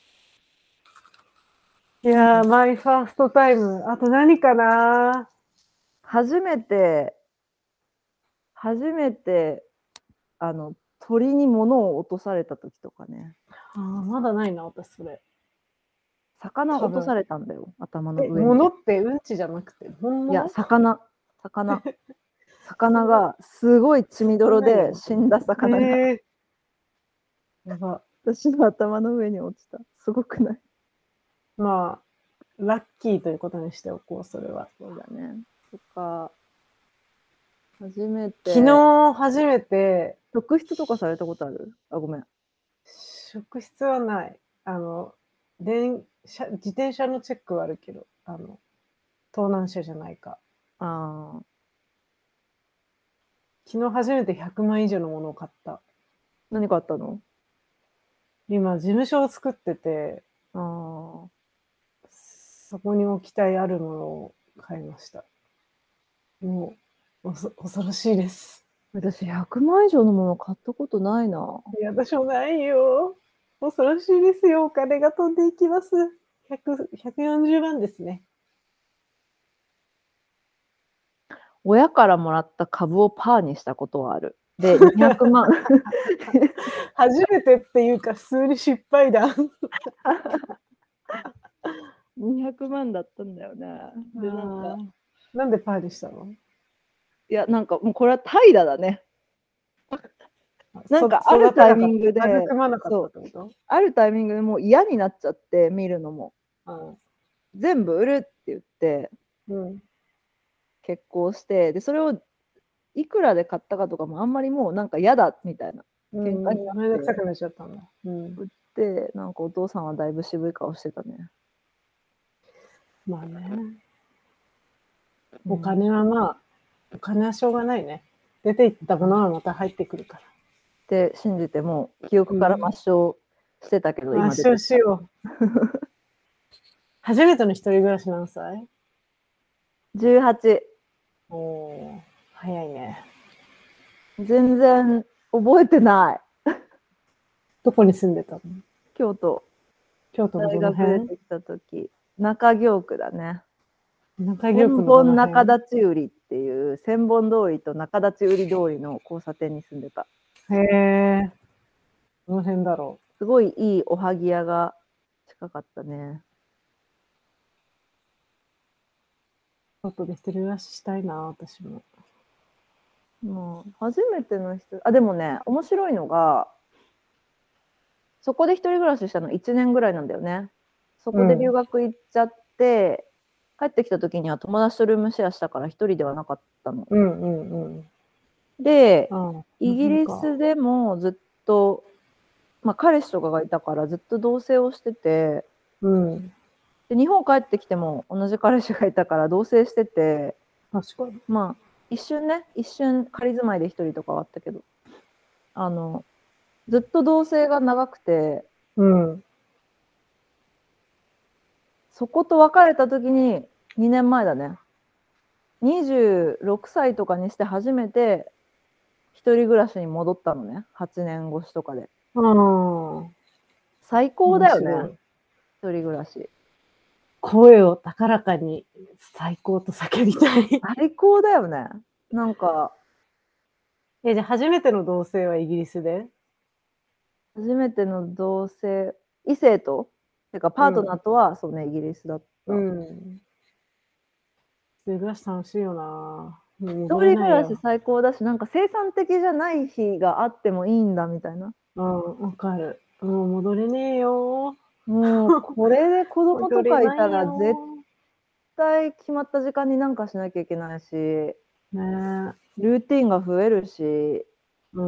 いやー、マイファーストタイム。あと何かな？ 初めて、初めて、あの、鳥に物を落とされた時とかね。 ああ、まだないな、私それ。 魚多分。 落とされたんだよ、頭のえ、 上に。 物ってうんちじゃなくて、本いや、 物？ 魚、魚。 そんな魚がすごい血みどろ少ないでよ。 死んだ魚がへえ。やば。 私の頭の上に落ちた。すごくない？ まあ、ラッキーということにしておこう、それは。 そうだね。とか、初め昨て、 日初めて、 職質とかされたことある？あ、ごめん。 職質はない。あの、電車自転車のチェックはあるけど、あの、盗難車じゃないか。 ああ。 昨日初めてひゃくまん以上のものを買った。 何買ったの？ 今、事務所を作ってて、 あーそこに置きたいあるものを買いました。もう、おそ恐ろしいです。 私ひゃくまん以上のもの買ったことないな。 いや、私もないよ。恐ろしいですよ。お金が飛んでいきます。ひゃく、ひゃくよんじゅうまんですね。 親からもらった株をパーにしたことはある。で、にひゃくまん。 初めてっていうか、普通に失敗だ。 にひゃくまんだったんだよね。で、なんか、 なんでパーにしたの？ いや、なんかもうこれは怠惰だね。なんかあるタイミングで、そう、あるタイミングでもう嫌になっちゃって、見るのも。うん、全部売るって言って、うん、結婚して、で、それをいくらで買ったかとかもあんまりもうなんか嫌だみたいな喧嘩になって、めんどくさくなっちゃったんだ。うん、売って、なんかお父さんはだいぶ渋い顔してたね。 まあね。お金はまあ、お金はしょうがないね。出ていったものはまた入ってくるから。 って信じても記憶から抹消してたけど、 うん、今出てきた。抹消しよう。初めての一人暮らし何歳？ じゅうはち。 おー、早いね。 全然覚えてない。どこに住んでたの？ 京都。 京都のどの辺？ 大学出てきた時、中京区だね。 中京区の千本中立売りっていう千本通りと中立売り通りの交差点に住んでた。 へえ。どの辺だろう。すごいいいおはぎ屋が近かったね。 京都で一人暮らししたいな、私も。 もう初めての人、あ、でもね、面白いのが、そこで一人暮らししたのいちねんぐらいなんだよね。そこで留学行っちゃって、うん、帰ってきた時には友達とルームシェアしたから一人ではなかったの。 うんうんうん、 で、イギリスでもずっと、まあ、彼氏とかがいたからずっと同棲をしてて、うん、で日本帰ってきても同じ彼氏がいたから同棲してて、 確かに。 まあ一瞬ね、一瞬仮住まいで一人とかはあったけど、あのずっと同棲が長くて、うん、そこと別れた時ににねんまえだね。にじゅうろくさいとかにして初めて一人暮らしに戻ったのね。はちねん越しとかで。うん、最高だよね。一人暮らし。 声を高らかに最高と叫びたい。 最高だよね。なんか。 え、じゃあ初めての同棲はイギリスで？ 初めての同棲、異性とてかパートナーとは、うん、そうね、イギリスだった。うん。 一人暮らし楽しいよな。 一人暮らし最高だし、なんか生産的じゃない日があってもいいんだみたいな。 うん、わかる。もう戻れねえよ。 もうこれで子供とかいたら絶対決まった時間になんかしなきゃいけないし、ね、ルーティンが増えるし、うん、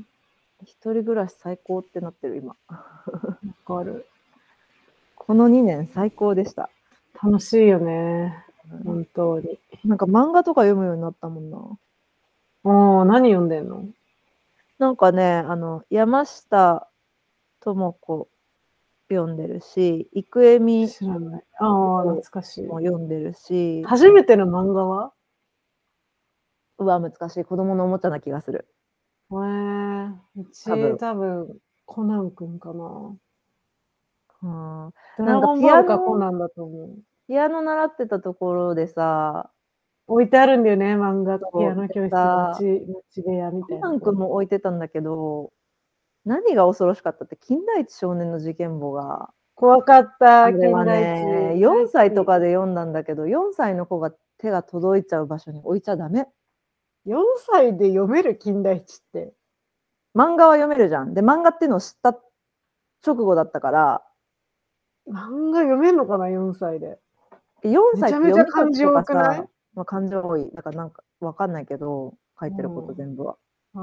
一人暮らし最高ってなってる今。わかる。 このにねん最高でした。 楽しいよね。本当に。 なんか漫画とか読むようになったもんな。 ああ、何読んでんの？ なんかね、あの、山下智子読んでるし、郁恵美知らない。ああ、懐かしい。 も読んでるし。 初めての漫画は？ うわ、難しい。子供のおもちゃな気がする。 へえー、うち多分、コナンくんかな。うん。ドラゴンボールかコナンだと思う。 ピアノ習ってたところでさ、 置いてあるんだよね、漫画とピアノ教室、持ち、持ち部屋みたいな。 コナンくんも置いてたんだけど、何が恐ろしかったって、金田一少年の事件簿が。 怖かった、 あれはね、よんさいとかで読んだんだけど、よんさいの子が手が届いちゃう場所に置いちゃダメ。 よんさいで読める金田一って。 漫画は読めるじゃん。で、漫画っていうのを知った直後だったから。 漫画読めるのかな、よんさいで。 よんさいってめちゃめちゃ漢字多くない？ まあ、漢字多い。だからなんかわかんないけど、書いてること全部は。 うん、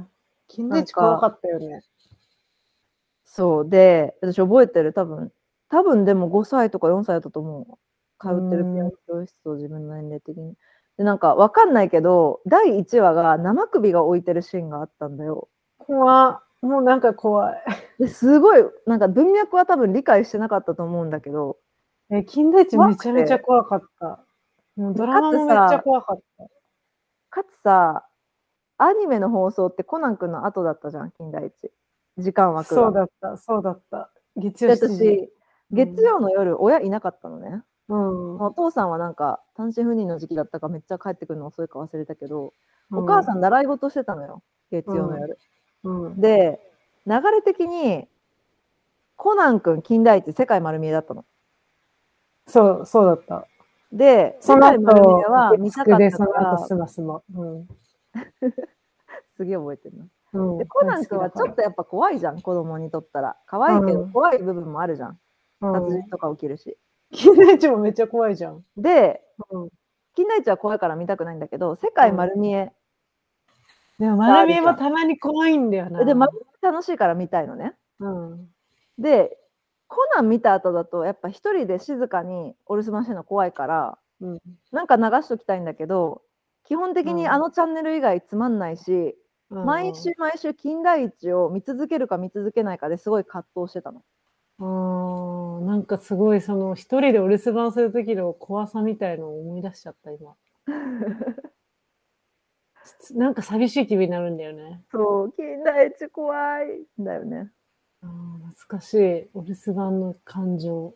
金田一怖かったよね。 そうで、私覚えてる、多分、多分でもごさいとかよんさいだったと思う。通ってるピアノ教室を自分の年齢的に。 でなんかわかんないけどだいいちわが生首が置いてるシーンがあったんだよ。 怖っ。もうなんか怖い。 ですごいなんか文脈は多分理解してなかったと思うんだけど、 え、金田一めちゃめちゃ怖怖かった。もうドでラマもめっちゃ怖かった。 かつさ、アニメの放送ってコナン君の後だったじゃん、金田一。時間枠が。 そうだった、そうだった。月曜でしちじ。 私、月曜の夜、親いなかったのね。 うん。 お父さんはなんか単身赴任の時期だったかめっちゃ帰ってくるの遅いか忘れたけど、 うんお母さん習い事してたのよ、月曜の夜。 うん。 で、流れ的にコナン君、金田一、世界丸見えだったの。 そう、そうだった。 で、世その界丸見え後、 は見たかっで、 たから、 その後、スマスマ。うん。 すげえ覚えてるな。 うん、 で、コナン君はちょっとやっぱ怖いじゃん、子供にとったら。可愛いけどうん怖い部分もあるじゃん。殺うん人とか起きるし。 金田一もめっちゃ怖いじゃん。 で、 うん。 金田一は怖いから見たくないんだけど、世界丸見え。 でも丸見えもたまに怖いんだよな。 で、丸見え楽しいから見たいのね。 うん。 で、コナン見た後だと、やっぱ一人で静かにお留守番してるの怖いから、 うん。 なんか流しときたいんだけど、基本的にあのチャンネル以外つまんないし、 うん。 毎週毎週金田一を見続けるか見続けないかですごい葛藤してたの。 あー、なんかすごいその一人でお留守番する時の怖さみたいのを思い出しちゃった今。なんか寂しい気分になるんだよね。 そう、金田一怖いんだよね。 あー、懐かしいお留守番の感情。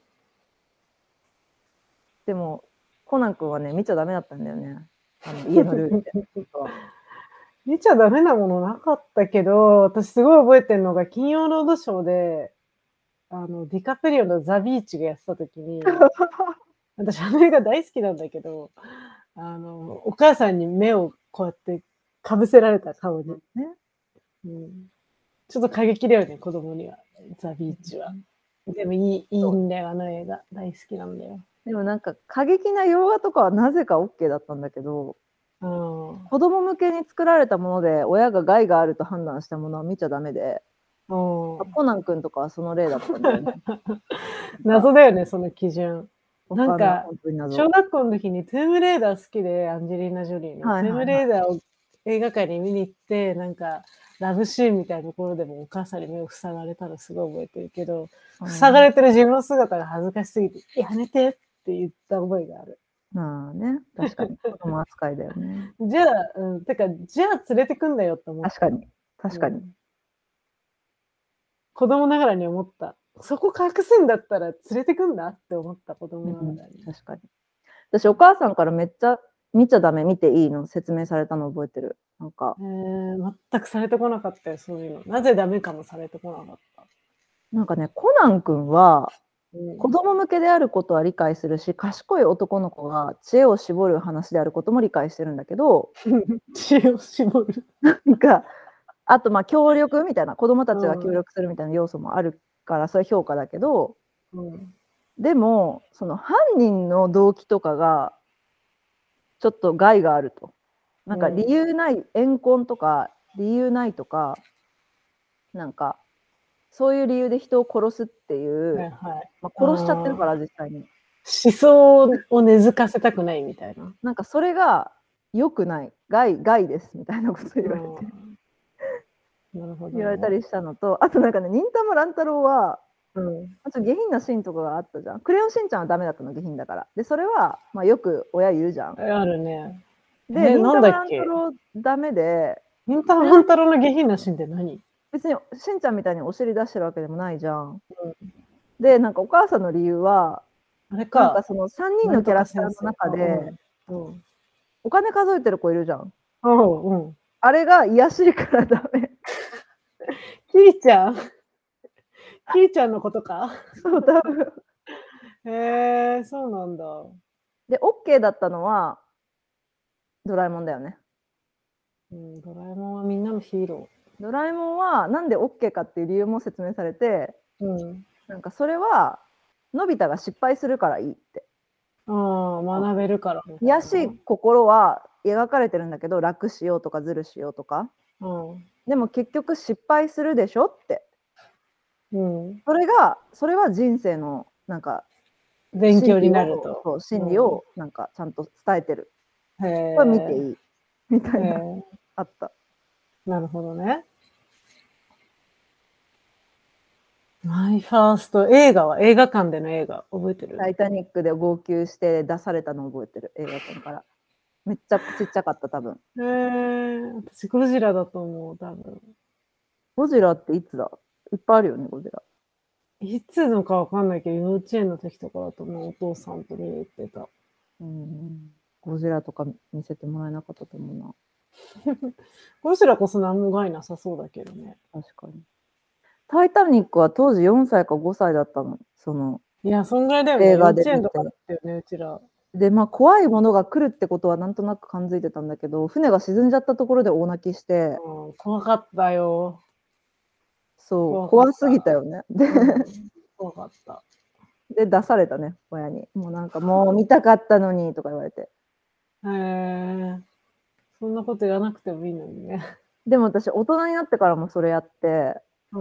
でもコナン君はね見ちゃダメだったんだよね。あの家のルールで。 見ちゃダメなものなかったけど、私すごい覚えてるのが金曜ロードショーで、あのディカプリオのザ・ビーチがやってた時に、私あの映画大好きなんだけど、あのお母さんに目をこうやってかぶせられた顔に、 ね、 うん、ちょっと過激だよね、子供にはザ・ビーチは。でもいい、いいんだよ、あの映画大好きなんだよ。 でもなんか過激な洋画とかはなぜか OK だったんだけど、 うん、 子供向けに作られたもので親が害があると判断したものは見ちゃダメで、 うん、 コナン君とかはその例だったんだよね。 謎だよね、その基準。なんか本当に謎。 小学校の時にトゥームレイダー好きで、アンジェリーナ・ジョリーの、 はいはいはい、 トゥームレイダーを映画館に見に行って、なんかラブシーンみたいなところでもお母さんに目を塞がれたのすごい覚えてるけど、うん、塞がれてる自分の姿が恥ずかしすぎて、やめてって言った覚えがある。 まあね、確かに子供扱いだよね。 じゃあ、うん、てか、じゃあ連れてくんだよって思った。 確かに、確かに。うん、 子供ながらに思った。そこ隠すんだったら連れてくんだって思った子供ながらに、 うん。確かに。私、お母さんからめっちゃ見ちゃダメ、見ていいの説明されたの覚えてる。なんか。 えー、全くされてこなかったよ、そういうの。なぜダメかもされてこなかった。 なんかね、コナン君は、子供向けであることは理解するし、賢い男の子が知恵を絞る話であることも理解してるんだけど知恵を絞るなんかあとまあ協力みたいな、子供たちが協力するみたいな要素もあるから、それ評価だけど、うん、でもその犯人の動機とかがちょっと害があると、なんか理由ない、怨恨とか理由ないとか、なんかそういう理由で人を殺すっていう、はいはい、まあ、殺しちゃってるから実際に思想を根付かせたくないみたいな、 なんかそれが良くない、害害ですみたいなこと言われてなるほど、ね、言われたりしたのと、あとなんかね、忍たま乱太郎は、うん、あと下品なシーンとかがあったじゃん。クレヨンしんちゃんはダメだったの、下品だから。でそれは、まあ、よく親言うじゃん。 あるね。 で、忍たま乱太郎ダメで、 忍たま乱太郎の下品なシーンって何？ 別にしんちゃんみたいにお尻出してるわけでもないじゃん。うん、でなんかお母さんの理由は、あれか、なんかそのさんにんのキャラクターの中で、うんうん、お金数えてる子いるじゃん。うんうん、あれが癒しいからダメ。 キリちゃんキリちゃんのことかそう、多分。 へえー、そうなんだ。 で、OK だったのは、ドラえもんだよね。 うん、ドラえもんはみんなのヒーロー。ドラえもんは、なんで OK かっていう理由も説明されて、うん、なんかそれは、のび太が失敗するからいいって。 ああ、学べるから。 癒しい心は描かれてるんだけど、楽しようとかずるしようとか。うん、でも結局失敗するでしょって。うん、それがそれは人生のなんか勉強になると、 真理をなんかちゃんと伝えてるへこれ見ていえ。 いみたいな、 へえ。 あった。 なるほどね。マイファースト、映画は映画館での映画、覚えてる？ タイタニックで号泣して出されたの覚えてる、映画館から。めっちゃちっちゃかった、多分。 へえ、私ゴジラだと思う、多分。 ゴジラっていつだ？いっぱいあるよね、ゴジラ。 いつのかわかんないけど、幼稚園の時とかだと思う、お父さんと見に行ってた。 うん。ゴジラとか見せてもらえなかったと思うな。 ゴジラこそ何も害なさそうだけどね。 確かに。タイタニックは当時よんさいかごさいだったの。そのいや、そんぐらいだよね。幼映画で見て。 稚園とかだったよね、うちら。 で、まあ怖いものが来るってことはなんとなく感づいてたんだけど、船が沈んじゃったところで大泣きして、 うん、怖かったよ。 そう、 怖かった。 怖すぎたよね。で、 うん、怖かった。 で出されたね、親に。もうなんかもう見たかったのにとか言われて。 へえ。そんなこと言わなくてもいいのにね。 でも私、大人になってからもそれやって、 うん。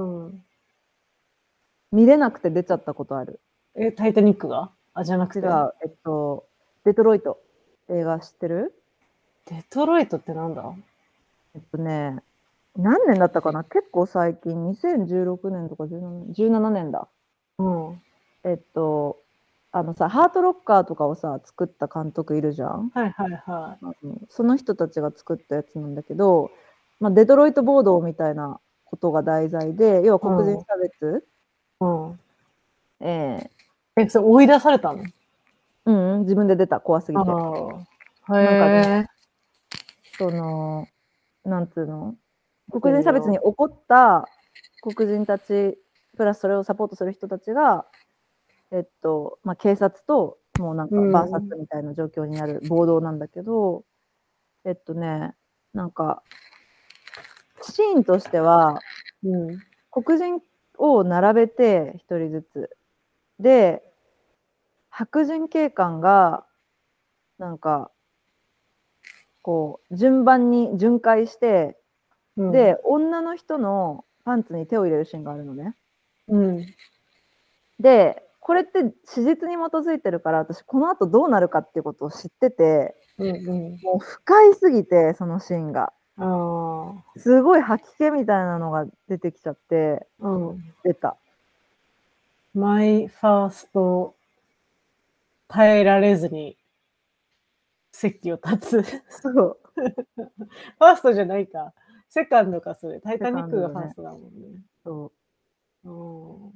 見れなくて出ちゃったことある。 え、タイタニックが？あ、じゃなくて。 違う、えっと、デトロイト。映画知ってる？ デトロイトってなんだ？ えっとね、何年だったかな、結構最近、にせんじゅうろくねんとかじゅうななねん、じゅうななねんだ。 うん。 えっと、あのさ、ハートロッカーとかをさ、作った監督いるじゃん。 はいはいはあのその人たちが作ったやつなんだけど、まあ、デトロイト暴動みたいなことが題材で、要は黒人差別、 い。うん。 ええ、それ追い出されたの？ ーうんうん、自分で出た、怖すぎて。 ああ。へなんかえ。 ね、その、なんつうの、黒人差別に怒った黒人たち、プラスそれをサポートする人たちが、えっと、まあ、警察と、もうなんか、バーサスみたいな状況になる暴動なんだけど、えっとね、なんか、シーンとしては、 うん。 黒人を並べて、一人ずつ。で、白人警官が、なんか、こう、順番に巡回して、 うん、 で、女の人のパンツに手を入れるシーンがあるのね。 うん。 で、これって史実に基づいてるから、私この後どうなるかっていうことを知ってて、 うんうん、 もう不快すぎて、そのシーンが。 ああ。 すごい吐き気みたいなのが出てきちゃって、 うん。 出た。 マイファースト、耐えられずに席を立つ。 そう。 ファーストじゃないか。セカンドか、それ。タイタニックがファーストだもんね。 そう。 うん。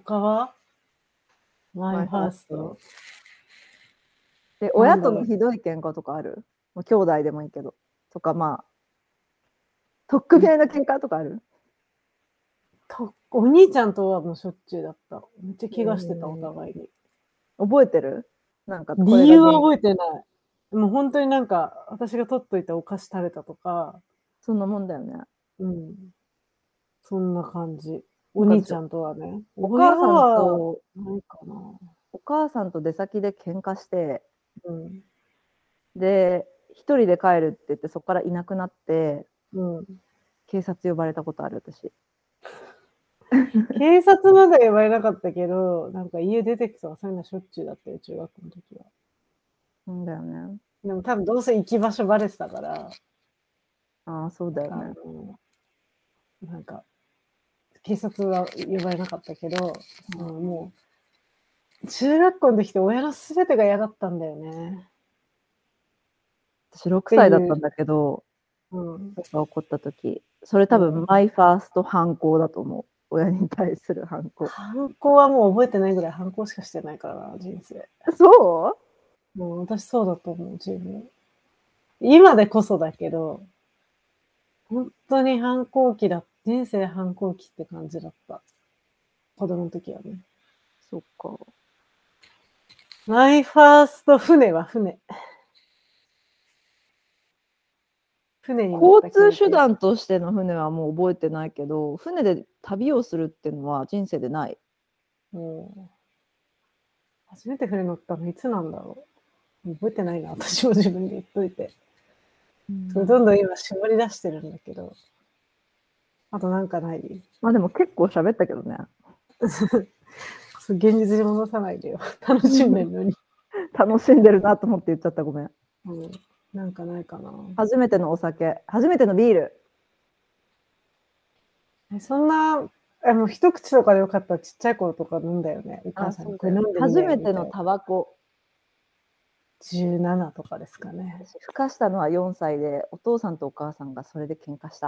他はマイファースト。 で、親とのひどい喧嘩とかある？もう兄弟でもいいけど。とか、まあ、とっくみ合いの喧嘩とかある？ とお兄ちゃんとはもうしょっちゅうだった。めっちゃ怪我してた、お互いに。 覚えてる？なんか理由は覚えてない。もう本当になんか、私が取っといたお菓子食べたとか。 そんなもんだよね。 うん。そんな感じ。お兄ちゃんとはね。 お母さんと、 ないかな。 お母さんと出先で喧嘩して、 うん、 で、一人で帰るって言って、そこからいなくなって、 うん、 警察呼ばれたことある、私。 警察まで呼ばれなかったけど、なんか家出てくとかそういうのしょっちゅうだったよ、中学校の時は。 そうだよね。 でも多分どうせ行き場所バレてたから。 ああ、そうだよね。 なんか、警察は呼ばれなかったけど、うん、もう、中学校の時って親のすべてが嫌だったんだよね。 私ろくさいだったんだけど、 うん、 それが起こった時、それ多分マイファースト反抗だと思う。親に対する反抗。 反抗はもう覚えてないぐらい反抗しかしてないからな、人生。 そう？ もう私そうだと思う、自分。今でこそだけど、本当に反抗期だ。人生反抗期って感じだった。子供の時はね。 そっか。 マイファースト船は船。船に乗った交通手段としての船はもう覚えてないけど、船で旅をするっていうのは人生でない。 もう初めて船乗ったのいつなんだろう。覚えてないな、私も自分で言っといて。うん、それどんどん今絞り出してるんだけど。あとなんかない？ まあでも結構喋ったけどね。 そう現実に戻さないでよ。楽しんでるのに。 楽しんでるなと思って言っちゃった、ごめん。 うん、 なんかないかな。 初めてのお酒、初めてのビール。 えそんな、えもう一口とかでよかったらちっちゃい頃とか飲んだよね。お母さんにこれ飲んでみなよ初めてのみたいな。 タバコ。 じゅうななとかですかね。 私、ふかしたのはよんさいで、お父さんとお母さんがそれで喧嘩した。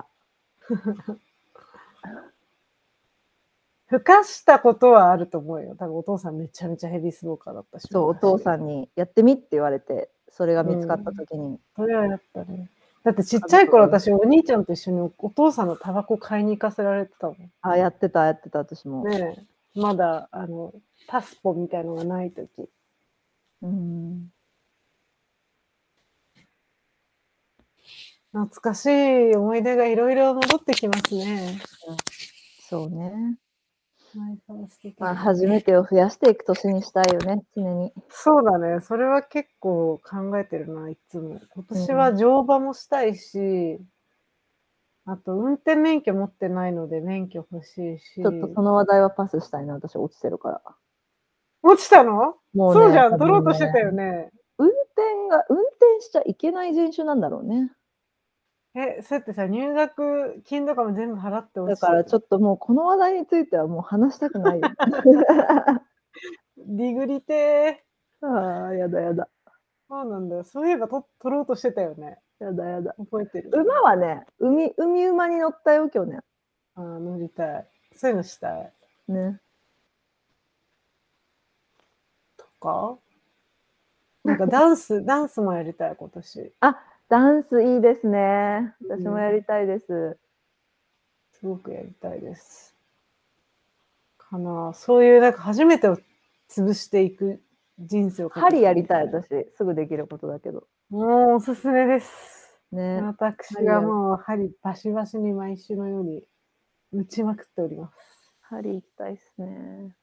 ふかしたことはあると思うよ。多分お父さんめちゃめちゃヘビースモーカーだったし。 そう、お父さんにやってみって言われて、それが見つかった時に。 うん、それはやったね。だってちっちゃい頃私お兄ちゃんと一緒にお父さんのタバコ買いに行かせられてたもん。 あ、やってたやってた私も。 ねえ、まだあのタスポみたいのがない時。 うん。 懐かしい思い出がいろいろ戻ってきますね。 うん、そうね。まあ、 まあ、 初めてを増やしていく年にしたいよね、常に。 そうだね。それは結構考えてるな、いつも。今年は乗馬もしたいし、うん、あと運転免許持ってないので免許欲しいし。 ちょっとその話題はパスしたいな、私落ちてるから。 落ちたの？もうね、そうじゃん、 ね、 取ろうとしてたよね。 運転が、運転しちゃいけない人種なんだろうね。 え、そうやってさ、入学金とかも全部払って落ちてる。だからちょっともうこの話題についてはもう話したくないよ。 ディグリてー。ああ、やだやだ。 そうなんだよ。そういえばと取ろうとしてたよね。 やだやだ。 覚えてる。 馬はね、海、海馬に乗ったよ、去年。 ああ、乗りたい。そういうのしたい。 ね。 とかなんかダンス、ダンスもやりたい、今年。 あ、ダンスいいですね。私もやりたいです。うん、 すごくやりたいです。かな。そういうなんか初めてを潰していく人生をかけて。 針やりたい、私。すぐできることだけど。 もうおすすめです。 ね。 私がもう針バシバシに毎週のように打ちまくっております。 針行きたいですね。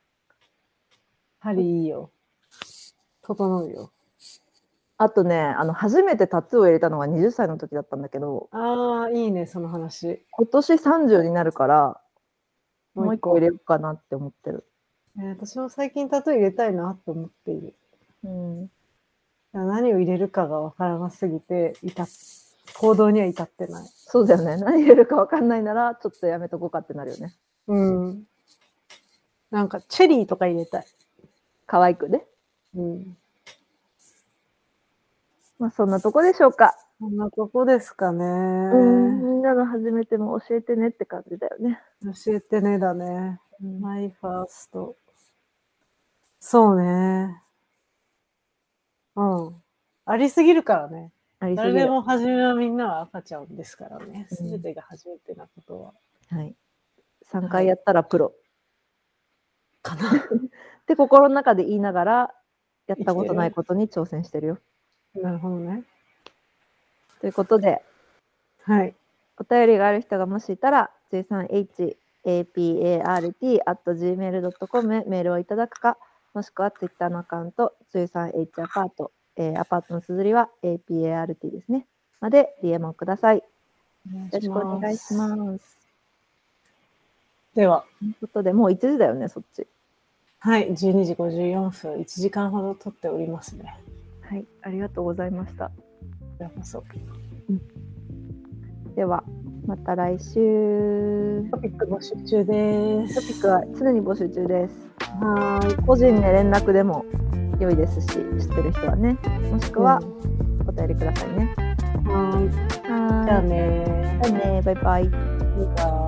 針いいよ。整うよ。 あとね、あの初めてタトゥーを入れたのがはたちの時だったんだけど。 ああ、いいね、その話。 今年さんじゅうになるから、もう一個入れようかなって思ってる。 えー、私も最近タトゥー入れたいなって思っている。 うん。 何を入れるかがわからなすぎて、至行動には至ってない。 そうだよね。何入れるかわかんないなら、ちょっとやめとこうかってなるよね。 うん。なんか、チェリーとか入れたい。 可愛くね。 うん。 まあ、そんなとこでしょうか。 そんなとこですかね。 うん。みんなの初めても教えてねって感じだよね。 教えてねだね。うん、マイファースト。そうね。うん。ありすぎるからね。誰でも初めはみんなは赤ちゃんですからね。すべ、うん、てが初めてなことは。 はい。さんかいやったらプロ。はい、 かな。 って心の中で言いながら、やったことないことに挑戦してるよ。 なるほどね。 ということで、 はい。 お便りがある人がもしいたら、じゅうさんエイチエーピーエーアールティーアットジーメールドットコム へメールをいただくか、もしくはツイッターのアカウント、じゅうさんエイチアパート、えー、アパートの綴りは エーピーエーアールティー ですね。まで ディーエム をください。よろしくお願いします。 では。 ということで、もういちじだよね、そっち。 はい、じゅうにじごじゅうよんぷん、いちじかんほど撮っておりますね。 はい、ありがとうございました。 じゃあこそ。 うん、では、また来週。 トピック募集中です。 トピックは常に募集中です。 はい。 個人で連絡でも良いですし、知ってる人はね、もしくはお便りくださいね。 うん、はい。 はい。 じゃあね。 じゃあね、バイバイ。 バイバイ。